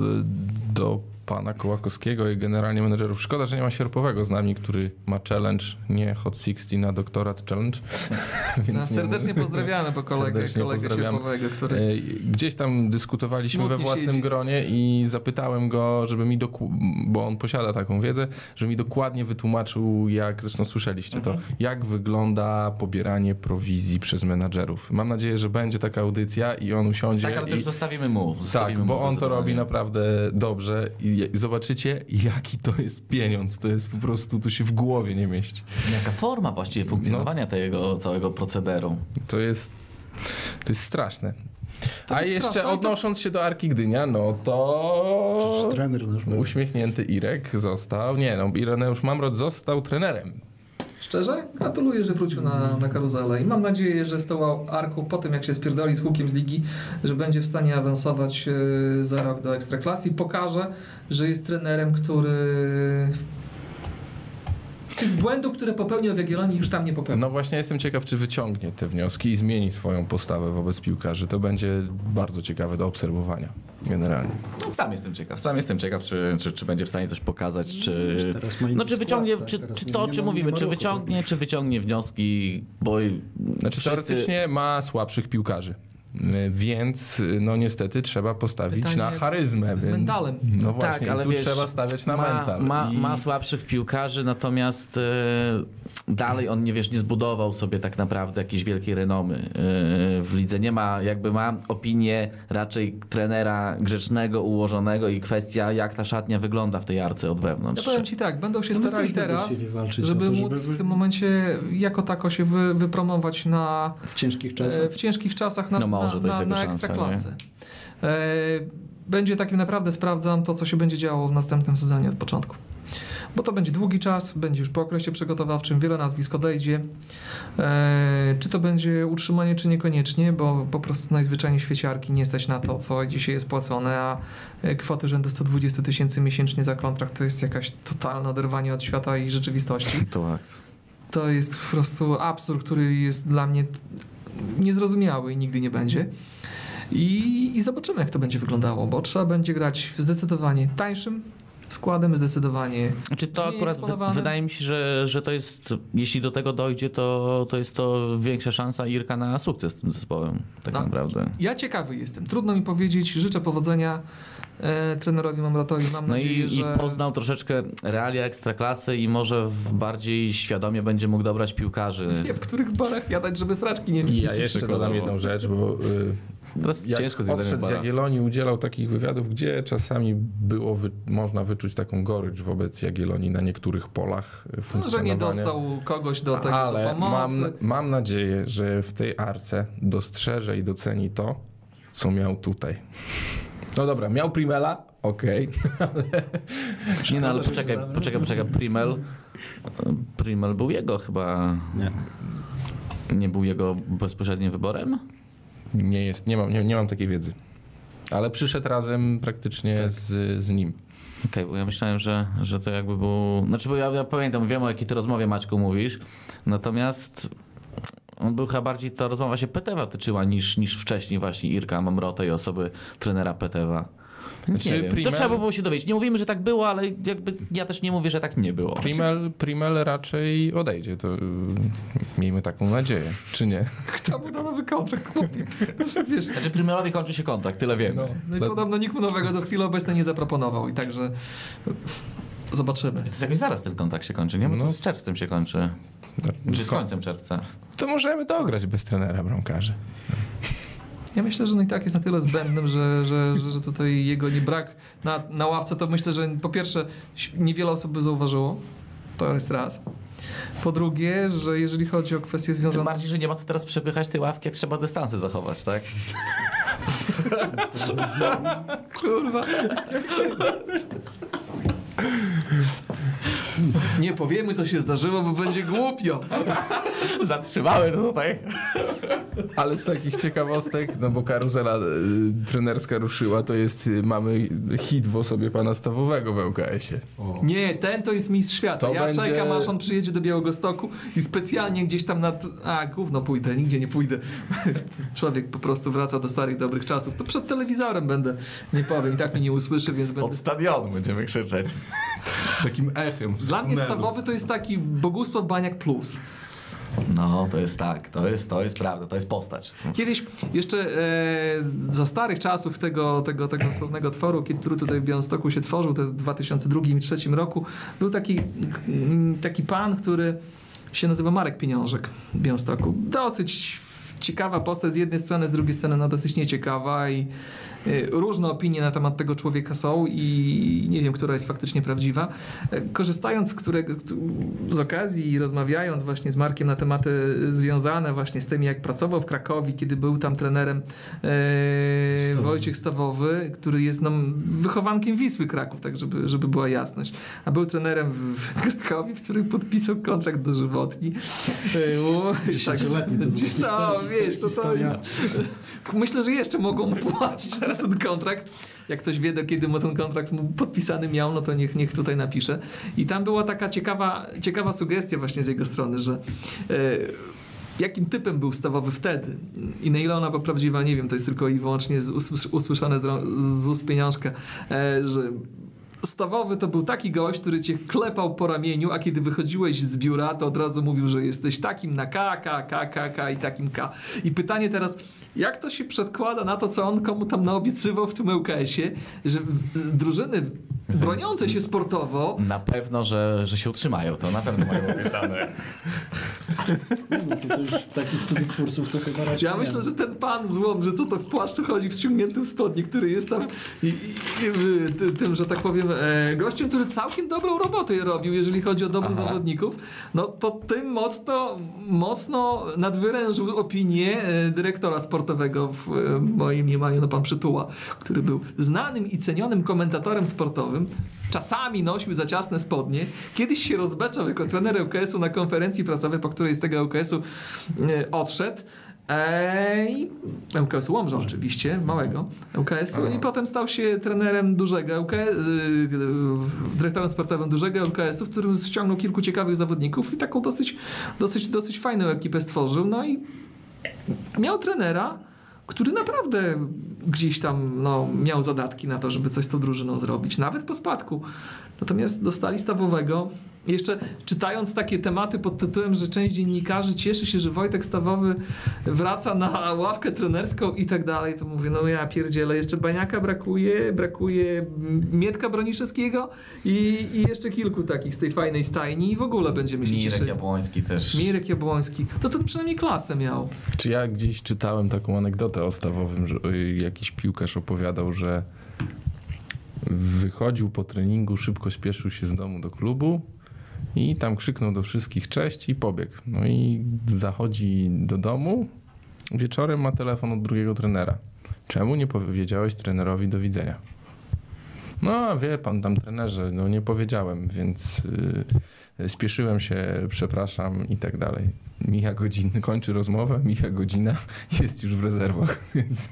do pana Kołakowskiego i generalnie menedżerów, szkoda, że nie ma Sierpowego z nami, który ma challenge, nie Hot sixty na doktorat challenge. Więc No, serdecznie nie- pozdrawiamy po kolegę, Serdecznie kolegę pozdrawiamy. Sierpowego, który... E, Gdzieś tam dyskutowaliśmy we Smutnie własnym siedzi. gronie i zapytałem go, żeby mi, doku- bo on posiada taką wiedzę, żeby mi dokładnie wytłumaczył, jak, zresztą słyszeliście to, jak wygląda pobieranie prowizji przez menadżerów. Mam nadzieję, że będzie taka audycja i on usiądzie Tak, ale i... też zostawimy mu. Tak, Zostawimy bo mu on to zdecydowanie. robi naprawdę dobrze i i zobaczycie, jaki to jest pieniądz. To jest po prostu, to się w głowie nie mieści. Jaka forma właściwie funkcjonowania No. tego całego procederu. To jest, to jest straszne. To A jest jeszcze straszne. odnosząc się do Arki Gdynia, no to Przecież trener nasz był. uśmiechnięty Irek został, nie no, Ireneusz Mamrot został trenerem. Szczerze? Gratuluję, że wrócił na, na karuzelę i mam nadzieję, że z tą Arką po tym, jak się spierdoli z hukiem z ligi, że będzie w stanie awansować e, za rok do Ekstraklasy i pokaże, że jest trenerem, który tych błędów, które popełnił w Jagiellonii, już tam nie popełnił. No właśnie jestem ciekaw, czy wyciągnie te wnioski i zmieni swoją postawę wobec piłkarzy. To będzie bardzo ciekawe do obserwowania generalnie. No, sam jestem ciekaw. Sam jestem ciekaw, czy, czy, czy będzie w stanie coś pokazać, czy... Teraz ma inny No czy wyciągnie, skład, tak? czy, Teraz czy nie- to, nie czy ma- mówimy, nie ma czy ruchu wyciągnie, czy wyciągnie wnioski, bo Znaczy wszyscy... teoretycznie ma słabszych piłkarzy. Y, Więc y, no niestety trzeba postawić Pytanie na jak z- charyzmę. z więc- mentalem. No właśnie, tak, ale tu wiesz, trzeba stawiać na ma, mental. Ma, I... ma słabszych piłkarzy, natomiast e, dalej on nie wiesz, nie zbudował sobie tak naprawdę jakiejś wielkiej renomy. E, w lidze nie ma, jakby ma opinię raczej trenera grzecznego, ułożonego i kwestia, jak ta szatnia wygląda w tej Arce od Ja wewnątrz. powiem Ci tak, będą się No my starali też będą teraz, chcieli walczyć żeby o to, móc żeby- w tym momencie jako tako się wy, wypromować na, W ciężkich czasach. e, w ciężkich czasach na, No może, to na, jest na, jego na szansa, Ekstraklasę. E, będzie takim naprawdę sprawdzam to, co się będzie działo w następnym sezonie od początku. Bo to będzie długi czas, będzie już po okresie przygotowawczym, wiele nazwisk odejdzie. E, czy to będzie utrzymanie, czy niekoniecznie, bo po prostu najzwyczajniej w świecie Arki nie stać na to, co dzisiaj jest płacone, a e, kwoty rzędu sto dwadzieścia tysięcy miesięcznie za kontrakt to jest jakaś totalne oderwanie od świata i rzeczywistości. To tak. To jest po prostu absurd, który jest dla mnie niezrozumiały i nigdy nie będzie. I, I zobaczymy, jak to będzie wyglądało, bo trzeba będzie grać w zdecydowanie tańszym składem, zdecydowanie Znaczy to mniej akurat wy, eksponowane. wydaje mi się, że, że to jest, jeśli do tego dojdzie, to, to jest to większa szansa Irka na sukces z tym zespołem, tak No. naprawdę. Ja ciekawy jestem. Trudno mi powiedzieć. Życzę powodzenia e, trenerowi Mamrotowi. Mam No nadzieję, i, że... i poznał troszeczkę realia Ekstraklasy i może w bardziej świadomie będzie mógł dobrać piłkarzy. wie, w których barach jadać, żeby sraczki nie I mieli. ja jeszcze Przykładowo. dodam jedną rzecz, bo y, Teraz jak ciężko zjedzenie odszedł z bara. Jagiellonii, udzielał takich wywiadów, gdzie czasami było wy, można wyczuć taką gorycz wobec Jagiellonii na niektórych polach y, No, że funkcjonowania. nie dostał kogoś do tego Ale do pomocy. mam, mam nadzieję, że w tej Arce dostrzeże i doceni to, co miał tutaj. No dobra, miał Primela, okej. Nie no, ale że poczekaj, go zabrał. poczekaj, poczekaj, Primel, Primel był jego chyba, Nie. nie był jego bezpośrednim wyborem? nie jest, nie mam, nie, nie mam takiej wiedzy. Ale przyszedł razem praktycznie tak. z, z nim. Okej, okay, bo ja myślałem, że, że to jakby był... Znaczy, bo ja, ja pamiętam, wiem o jakiej ty rozmowie, Maćku, mówisz, natomiast on był chyba bardziej, ta rozmowa się Petewa tyczyła niż, niż wcześniej właśnie Irka Mamrota i osoby trenera Petewa. Więc Znaczy, nie wiem. Primel... To trzeba by było się dowiedzieć. Nie mówimy, że tak było, ale jakby ja też nie mówię, że tak nie było. Primel, Primel raczej odejdzie, to miejmy taką nadzieję, czy nie? Kto mu da nowy kontrakt, chłopie? Wiesz, Znaczy Primelowi kończy się kontrakt, tyle wiemy. no, no i to... podobno nikt mu nowego do chwili obecnej nie zaproponował i także zobaczymy. To jest jakoś zaraz ten kontrakt się kończy, nie? Bo No. to z czerwcem się kończy. Czy z końcem czerwca. To możemy dograć bez trenera bramkarzy. Ja myślę, że no i tak jest na tyle zbędnym, że, że, że, że tutaj jego nie brak na, na ławce, to myślę, że po pierwsze niewiele osób by zauważyło. To jest raz. Po drugie, że jeżeli chodzi o kwestie Tym związane... bardziej, że nie ma co teraz przepychać tej ławki, jak trzeba dystansy zachować, tak? Kurwa. Nie powiemy, co się zdarzyło, bo będzie głupio. Zatrzymały to tutaj. Ale z takich ciekawostek, no bo karuzela y, trenerska ruszyła, to jest, y, mamy hit w osobie pana Stawowego w L K S-ie. Nie, ten to jest mistrz świata. To ja będzie- czekam, aż on przyjedzie do Białegostoku i specjalnie gdzieś tam nad... A, gówno pójdę, nigdzie nie pójdę. Człowiek po prostu wraca do starych, dobrych czasów. To przed telewizorem będę, nie powiem, i tak mnie nie usłyszy, więc Pod będę... stadionu będziemy krzyczeć. Takim echem. Dla mnie Stawowy to jest taki Bogusław Baniak plus. No, to jest tak, to jest, to jest prawda, to jest postać. Kiedyś jeszcze e, za starych czasów tego, tego, tego sławnego tworu, kiedy, który tutaj w Białymstoku się tworzył, to w dwa tysiące drugim i dwa tysiące trzecim roku, był taki, mm, taki pan, który się nazywa Marek Pieniążek w Białymstoku. Dosyć ciekawa postać z jednej strony, z drugiej strony no dosyć nieciekawa i y, różne opinie na temat tego człowieka są i nie wiem, która jest faktycznie prawdziwa. E, Korzystając z, którego, z okazji i rozmawiając właśnie z Markiem na tematy związane właśnie z tym, jak pracował w Krakowie, kiedy był tam trenerem e, Stawowy. Wojciech Stawowy, który jest no, wychowankiem Wisły Kraków, tak żeby, żeby była jasność. A był trenerem w, w Krakowie, w którym podpisał kontrakt dożywotni. E, u- Dziesięcioletni to był. tak, no, Historia- wiesz, to, to historia. jest... Myślę, że jeszcze mogą mu płacić za ten kontrakt. Jak ktoś wie, do kiedy mu ten kontrakt mu podpisany miał, no to niech, niech tutaj napisze. I tam była taka ciekawa, ciekawa sugestia właśnie z jego strony, że e, jakim typem był Stawowy wtedy i na ile ona była prawdziwa, nie wiem, to jest tylko i wyłącznie z, us, usłyszane z, z ust Pieniążka, e, że Stawowy to był taki gość, który cię klepał po ramieniu, a kiedy wychodziłeś z biura, to od razu mówił, że jesteś takim na K, K, K, K, K i takim K. I pytanie teraz, jak to się przedkłada na to, co on komu tam naobiecywał w tym L K S-ie, że w- drużyny broniące się sportowo Na pewno, że, że się utrzymają, to na pewno mają obiecane. No to, to już takich cudotwórców to chyba raczej ja nie myślę, ma. że ten pan złom, że co to w płaszczu chodzi w ściągniętym spodnie, który jest tam i, i, i, ty- tym, że tak powiem, e, gościem, który całkiem dobrą robotę robił, jeżeli chodzi o dobrych Aha. zawodników, no to tym mocno, mocno nadwyrężył opinię e, dyrektora sportowego w e, moim mniemaniu, no pan Przytuła, który był znanym i cenionym komentatorem sportowym, czasami nosił za ciasne spodnie, kiedyś się rozbeczał jako trener L K S-u na konferencji prasowej, po której z tego L K S-u e, odszedł. Ej, L K S-u Łomża oczywiście, małego L K S-u i potem stał się trenerem dużego L K S, yy, dyrektorem sportowym dużego L K S-u, w którym ściągnął kilku ciekawych zawodników i taką dosyć, dosyć, dosyć fajną ekipę stworzył. No i miał trenera, który naprawdę gdzieś tam no, miał zadatki na to, żeby coś z tą drużyną zrobić, nawet po spadku. Natomiast dostali Stawowego. I jeszcze czytając takie tematy pod tytułem, że część dziennikarzy cieszy się, że Wojtek Stawowy wraca na ławkę trenerską i tak dalej, to mówię, no ja pierdzielę, jeszcze Baniaka brakuje, brakuje Mietka Broniszewskiego i, i jeszcze kilku takich z tej fajnej stajni i w ogóle będziemy się Mirek cieszyli. Jabłoński też. Mirek Jabłoński. No to przynajmniej klasę miał. Czy ja gdzieś czytałem taką anegdotę o Stawowym, że y, jakiś piłkarz opowiadał, że wychodził po treningu, szybko spieszył się z domu do klubu i tam krzyknął do wszystkich cześć i pobiegł. No i zachodzi do domu, wieczorem ma telefon od drugiego trenera. Czemu nie powiedziałeś trenerowi do widzenia? No, wie pan, tam trenerze, no nie powiedziałem, więc y, spieszyłem się, przepraszam i tak dalej. Mija godziny, kończy rozmowę, mija godzina, jest już w rezerwach, więc...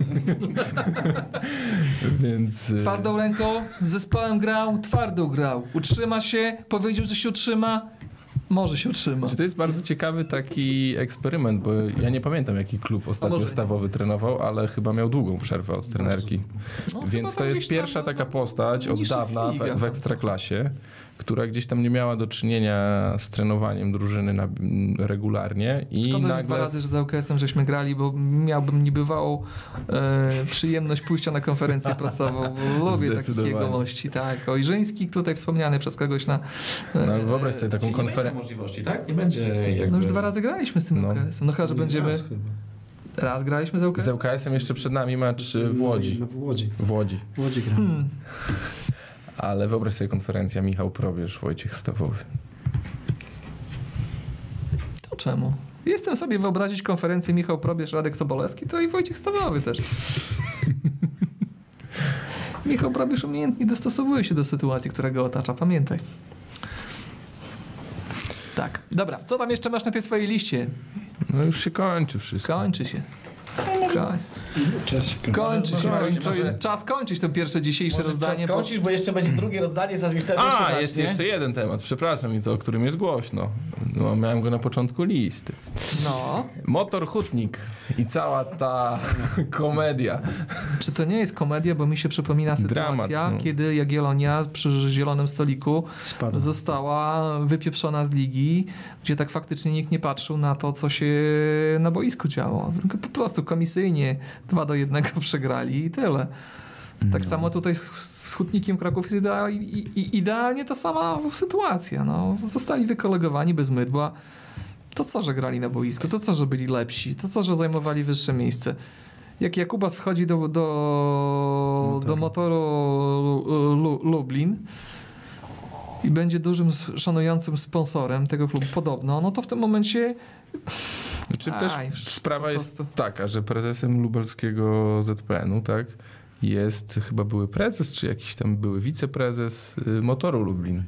więc y... Twardą ręką, z zespołem grał, twardo grał. Utrzyma się, powiedział, że się utrzyma, może się utrzyma. To jest bardzo ciekawy taki eksperyment, bo ja nie pamiętam, jaki klub ostatnio stawowy trenował, ale chyba miał długą przerwę od trenerki. No, więc to jest pierwsza taka postać od dawna w, w Ekstraklasie, która gdzieś tam nie miała do czynienia z trenowaniem drużyny na, regularnie. I Szkoda, nagle... dwa razy, że z ŁKS-em żeśmy grali, bo miałbym niebywałą e, przyjemność pójścia na konferencję prasową, bo lubię takich jegomości. Tak. Ojrzyński tutaj wspomniany przez kogoś na... E, no, wyobraź sobie taką konferencję. możliwości, tak? Nie będzie jakby... No już dwa razy graliśmy z tym no. ŁKS-em. No chyba, że będziemy... Raz, chyba. Raz graliśmy z ŁKS-em? Z ŁKS-em jeszcze przed nami mecz w Łodzi. No, w Łodzi. W Łodzi. W Łodzi gramy. Hmm. Ale wyobraź sobie konferencja Michał Probierz, Wojciech Stawowy. To czemu? Jestem sobie wyobrazić konferencję Michał Probierz, Radek Sobolewski, to i Wojciech Stawowy też. Michał Probierz umiejętnie dostosowuje się do sytuacji, która go otacza, pamiętaj. Tak, dobra, co tam jeszcze masz na tej swojej liście? No już się kończy wszystko. Kończy się. Koń... Czas się kończy. Kończy się. Może, To, może, czas kończyć to pierwsze dzisiejsze może rozdanie. Czas kończyć, bo... bo jeszcze będzie drugie rozdanie, zanim chcesz A, jest jeszcze jeden temat, przepraszam, i to, o którym jest głośno. No, miałem go na początku listy. No. Motor Hutnik i cała ta komedia. Czy to nie jest komedia, bo mi się przypomina sytuacja, Dramat, no. kiedy Jagiellonia przy zielonym stoliku Spadł. została wypieprzona z ligi, gdzie tak faktycznie nikt nie patrzył na to, co się na boisku działo. Tylko po prostu komisyjnie dwa do jednego przegrali i tyle. Tak no. samo tutaj z Hutnikiem Kraków jest idea, i, i, idealnie ta sama sytuacja. No. Zostali wykolegowani bez mydła. To co, że grali na boisku? To co, że byli lepsi? To co, że zajmowali wyższe miejsce? Jak Jakubas wchodzi do, do, Motor. do motoru Lu, Lublin i będzie dużym, szanującym sponsorem tego klubu podobno, no to w tym momencie... Znaczy Aj, też sprawa jest prostu... taka, że prezesem lubelskiego Z P N u, tak, jest chyba były prezes, czy jakiś tam były wiceprezes Motoru Lublin.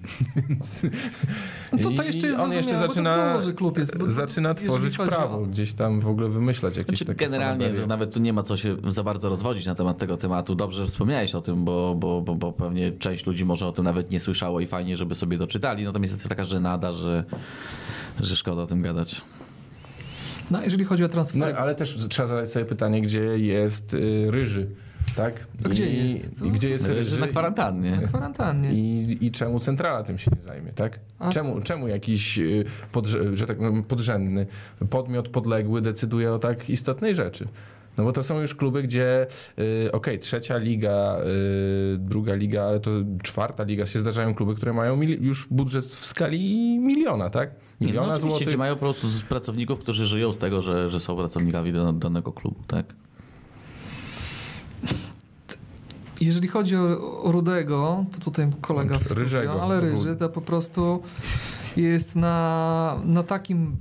No to, to jeszcze jest on jeszcze zaczyna, bo to duży klub jest, bo, zaczyna tworzyć prawo, o... gdzieś tam w ogóle wymyślać jakieś znaczy, takie generalnie to nawet tu nie ma co się za bardzo rozwodzić na temat tego tematu. Dobrze, że wspomniałeś o tym, bo, bo, bo, bo pewnie część ludzi może o tym nawet nie słyszało i fajnie, żeby sobie doczytali. Natomiast jest to taka żenada, że, że szkoda o tym gadać. No, jeżeli chodzi o transfer. No, ale też trzeba zadać sobie pytanie, gdzie jest y, Ryży, tak? A gdzie I, jest? I gdzie jest Ryży? Na kwarantannie. Na kwarantannie. I, I czemu centrala tym się nie zajmie, tak? Czemu, czemu jakiś podrze, że tak powiem, podrzędny podmiot podległy decyduje o tak istotnej rzeczy? No bo to są już kluby, gdzie yy, okej, okay, trzecia liga, yy, druga liga, ale to czwarta liga się zdarzają kluby, które mają mil- już budżet w skali miliona, tak? Miliona no, oczywiście, złotych. gdzie mają po prostu pracowników, którzy żyją z tego, że, że są pracownikami do, danego klubu, tak? Jeżeli chodzi o, o Rudego, to tutaj kolega w Ryżego, studio, ale Ryży to po prostu jest na, na takim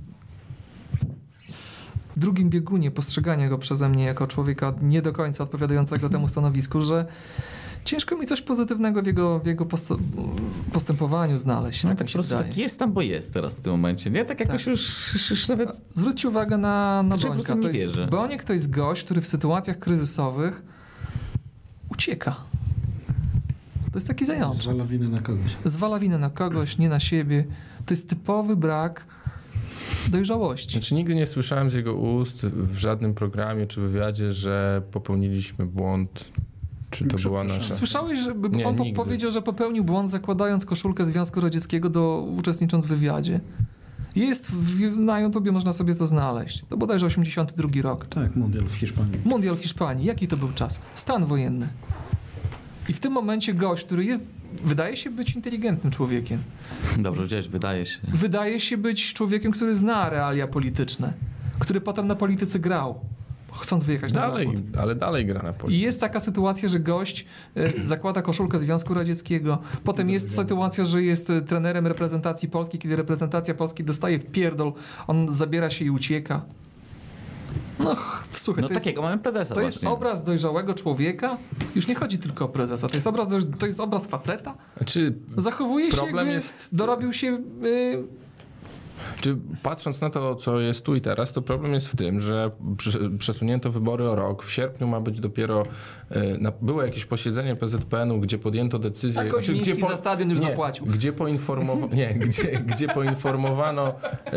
drugim biegunie postrzegania go przeze mnie jako człowieka nie do końca odpowiadającego temu stanowisku, że ciężko mi coś pozytywnego w jego, w jego post- postępowaniu znaleźć. No tak tak mi po prostu wydaje. tak jest tam, bo jest teraz w tym momencie, nie? Tak jakoś Tak. Już, już nawet... Zwróćcie uwagę na, na Znaczy, Bońka. po prostu To nie jest, wierzę. Boniek to jest gość, który w sytuacjach kryzysowych ucieka. To jest taki zajączek. Zwala winę na kogoś. Zwala winę na kogoś, nie na siebie. To jest typowy brak dojrzałości. Znaczy nigdy nie słyszałem z jego ust w żadnym programie czy wywiadzie, że popełniliśmy błąd. Czy to była nasza... Słyszałeś, że Nie, on po- nigdy. powiedział, że popełnił błąd zakładając koszulkę Związku Radzieckiego do uczestnicząc w wywiadzie. Jest w, na YouTubie, można sobie to znaleźć. To bodajże osiemdziesiąty drugi rok. Tak, mundial w Hiszpanii. Mundial w Hiszpanii. Jaki to był czas? Stan wojenny. I w tym momencie gość, który jest, wydaje się być inteligentnym człowiekiem. Dobrze widziałeś, wydaje się. Wydaje się być człowiekiem, który zna realia polityczne. Który potem na polityce grał, chcąc wyjechać na Dalej, zachód. ale dalej gra na I polityce. jest taka sytuacja, że gość y, zakłada koszulkę Związku Radzieckiego. Potem jest sytuacja, że jest y, trenerem reprezentacji Polski. Kiedy reprezentacja Polski dostaje w pierdol, on zabiera się i ucieka. No ch- słuchaj, No to, jest, takiego mamy prezesa to jest właśnie. obraz dojrzałego człowieka. Już nie chodzi tylko o prezesa, to jest obraz, doj- to jest obraz faceta. Czy, Zachowuje się Problem jakby jest- dorobił się... Y, czy patrząc na to, co jest tu i teraz, to problem jest w tym, że prze- przesunięto wybory o rok. W sierpniu ma być dopiero... y, Na, było jakieś posiedzenie P Z P N u, gdzie podjęto decyzję... A Koźmiński za stadion już nie, zapłacił. Gdzie, poinformowa- nie, gdzie, gdzie poinformowano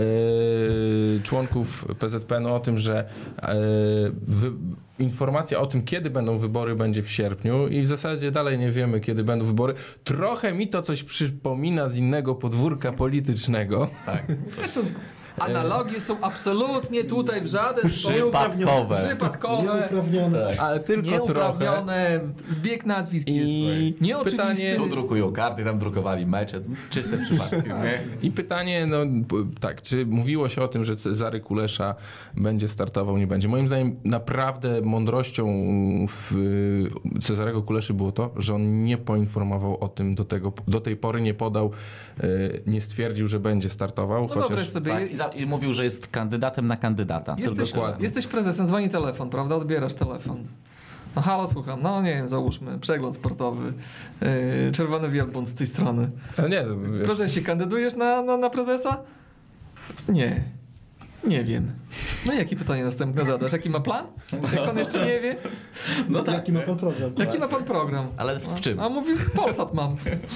y, członków P Z P N u o tym, że y, wy, informacja o tym, kiedy będą wybory, będzie w sierpniu i w zasadzie dalej nie wiemy, kiedy będą wybory. Trochę mi to coś przypomina z innego podwórka politycznego. Tak. Analogie są absolutnie tutaj w żaden sposób Przypadkowe. przypadkowe, Nieuprawnione. Tak. Ale tylko trochę. nieuprawnione, zbieg nazwisk jest I nieoczywisty. pytanie- Tu drukują karty, tam drukowali mecze. Czyste przypadki. Nie? I pytanie, no p- tak, czy mówiło się o tym, że Cezary Kulesza będzie startował, nie będzie? Moim zdaniem naprawdę mądrością w Cezarego Kuleszy było to, że on nie poinformował o tym do, tego, do tej pory, nie podał, y, nie stwierdził, że będzie startował, No chociaż... wyobraź sobie, Tak, i, za, I mówił, że jest kandydatem na kandydata. jesteś, Tylko tyle. jesteś prezesem, dzwoni telefon, prawda? Odbierasz telefon. No halo, słucham. No nie wiem, załóżmy, przegląd sportowy, yy, czerwony wielbłąd z tej strony. Ale nie, to wiesz, Prezesie, kandydujesz na, na, na prezesa? Nie. Nie wiem. No i jakie pytanie następne zadasz? Jaki ma plan? Jak on jeszcze nie wie? No tak. Jaki ma pan program? Jaki ma pan program? Ale w, w czym? A mówi, Polsat mam.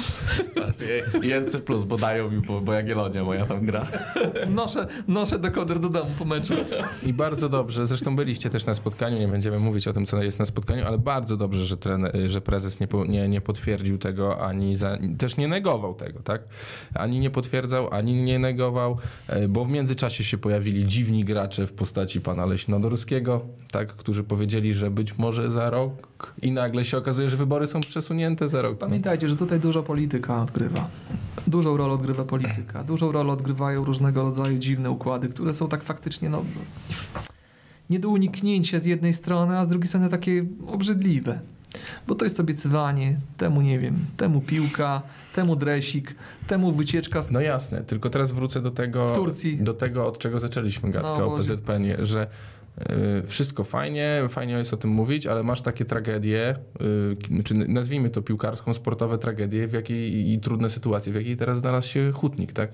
I N C plus, bo dają mi, bo, bo Jagiellonia moja tam gra. Noszę, noszę dekoder do domu po meczu. I bardzo dobrze, zresztą byliście też na spotkaniu, nie będziemy mówić o tym, co jest na spotkaniu, ale bardzo dobrze, że, trener, że prezes nie, po, nie, nie potwierdził tego, ani za, też nie negował tego, tak? Ani nie potwierdzał, ani nie negował, e, bo w międzyczasie się pojawili dziwni gracze w postaci pana Leśnodorskiego, tak, którzy powiedzieli, że być może za rok i nagle się okazuje, że wybory są przesunięte za rok. Pamiętajcie, że tutaj dużo polityka odgrywa. Dużą rolę odgrywa polityka. Dużą rolę odgrywają różnego rodzaju dziwne układy, które są tak faktycznie no, nie do uniknięcia z jednej strony, a z drugiej strony takie obrzydliwe. Bo to jest obiecywanie, temu nie wiem, temu piłka, temu dresik, temu wycieczka z... No jasne, tylko teraz wrócę do tego, W Turcji. do tego, od czego zaczęliśmy gadkę No, o bo- P Z P N ie, że y, wszystko fajnie, fajnie jest o tym mówić, ale masz takie tragedie, y, czy nazwijmy to piłkarską, sportowe tragedie w jakiej, i trudne sytuacje, w jakiej teraz znalazł się Hutnik, tak?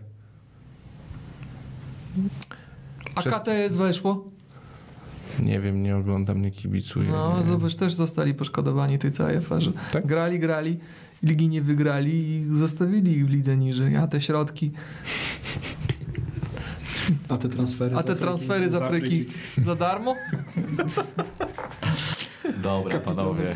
A Przez- K T S weszło? Nie wiem, nie oglądam, nie kibicuję. No, nie. zobacz, też zostali poszkodowani tej całej aferze. Tak? Grali, grali, ligi nie wygrali i zostawili ich w lidze niżej. A te środki, A te transfery a z te Afryki, transfery z Afryki za darmo? Dobra, panowie.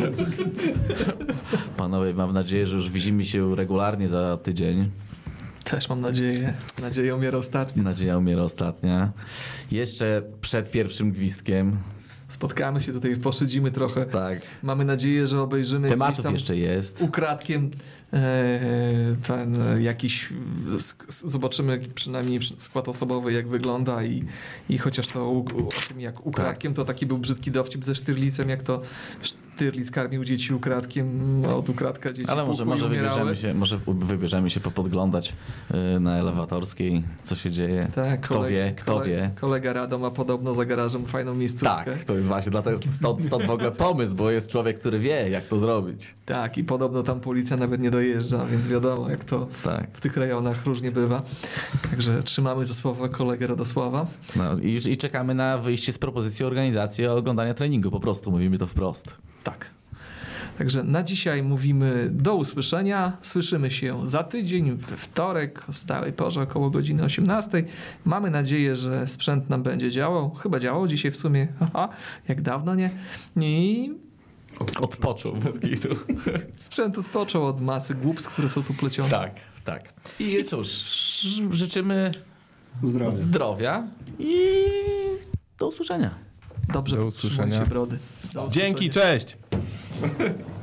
Panowie, mam nadzieję, że już widzimy się regularnie za tydzień. Też mam nadzieję. Nadzieja umiera ostatnia. Nadzieja umiera ostatnia. Jeszcze przed pierwszym gwizdkiem. Spotkamy się tutaj, poszydzimy trochę. Tak. Mamy nadzieję, że obejrzymy gdzieś Tematów tam jeszcze jest. ukradkiem e, ten e, jakiś, sk- s- zobaczymy przynajmniej przy- skład osobowy jak wygląda i, i chociaż to u, o tym jak ukradkiem, to taki był brzydki dowcip ze Sztyrlicem, jak to Sztyrlic karmił dzieci ukradkiem, a od ukradka dzieci Ale może, puchły i może, umierały. wybierzemy się, może wybierzemy się popodglądać y, na Elewatorskiej, co się dzieje. Tak, Kto kolega, wie, kto kole- wie. Kolega Rado ma podobno za garażem fajną miejscówkę. Tak, to jest właśnie, dlatego stąd, stąd w ogóle pomysł, bo jest człowiek, który wie, jak to zrobić. Tak, i podobno tam policja nawet nie dojeżdża, więc wiadomo, jak to Tak. w tych rejonach różnie bywa. Także trzymamy za słowa kolegę Radosława. No, i, I czekamy na wyjście z propozycją organizacji oglądania treningu, po prostu mówimy to wprost. Tak. Także na dzisiaj mówimy do usłyszenia. Słyszymy się za tydzień, we wtorek, o stałej porze, około godziny osiemnastej. Mamy nadzieję, że sprzęt nam będzie działał. Chyba działał dzisiaj w sumie. Aha, jak dawno nie. I Odpoczął bez kitu. sprzęt odpoczął od masy głupstw, które są tu plecione. Tak, tak. I I jest... cóż, życzymy Zdrowie. zdrowia i do usłyszenia. Dobrze Do podtrzymujcie usłyszenia. brody. Do Dzięki, usłyszenia. cześć!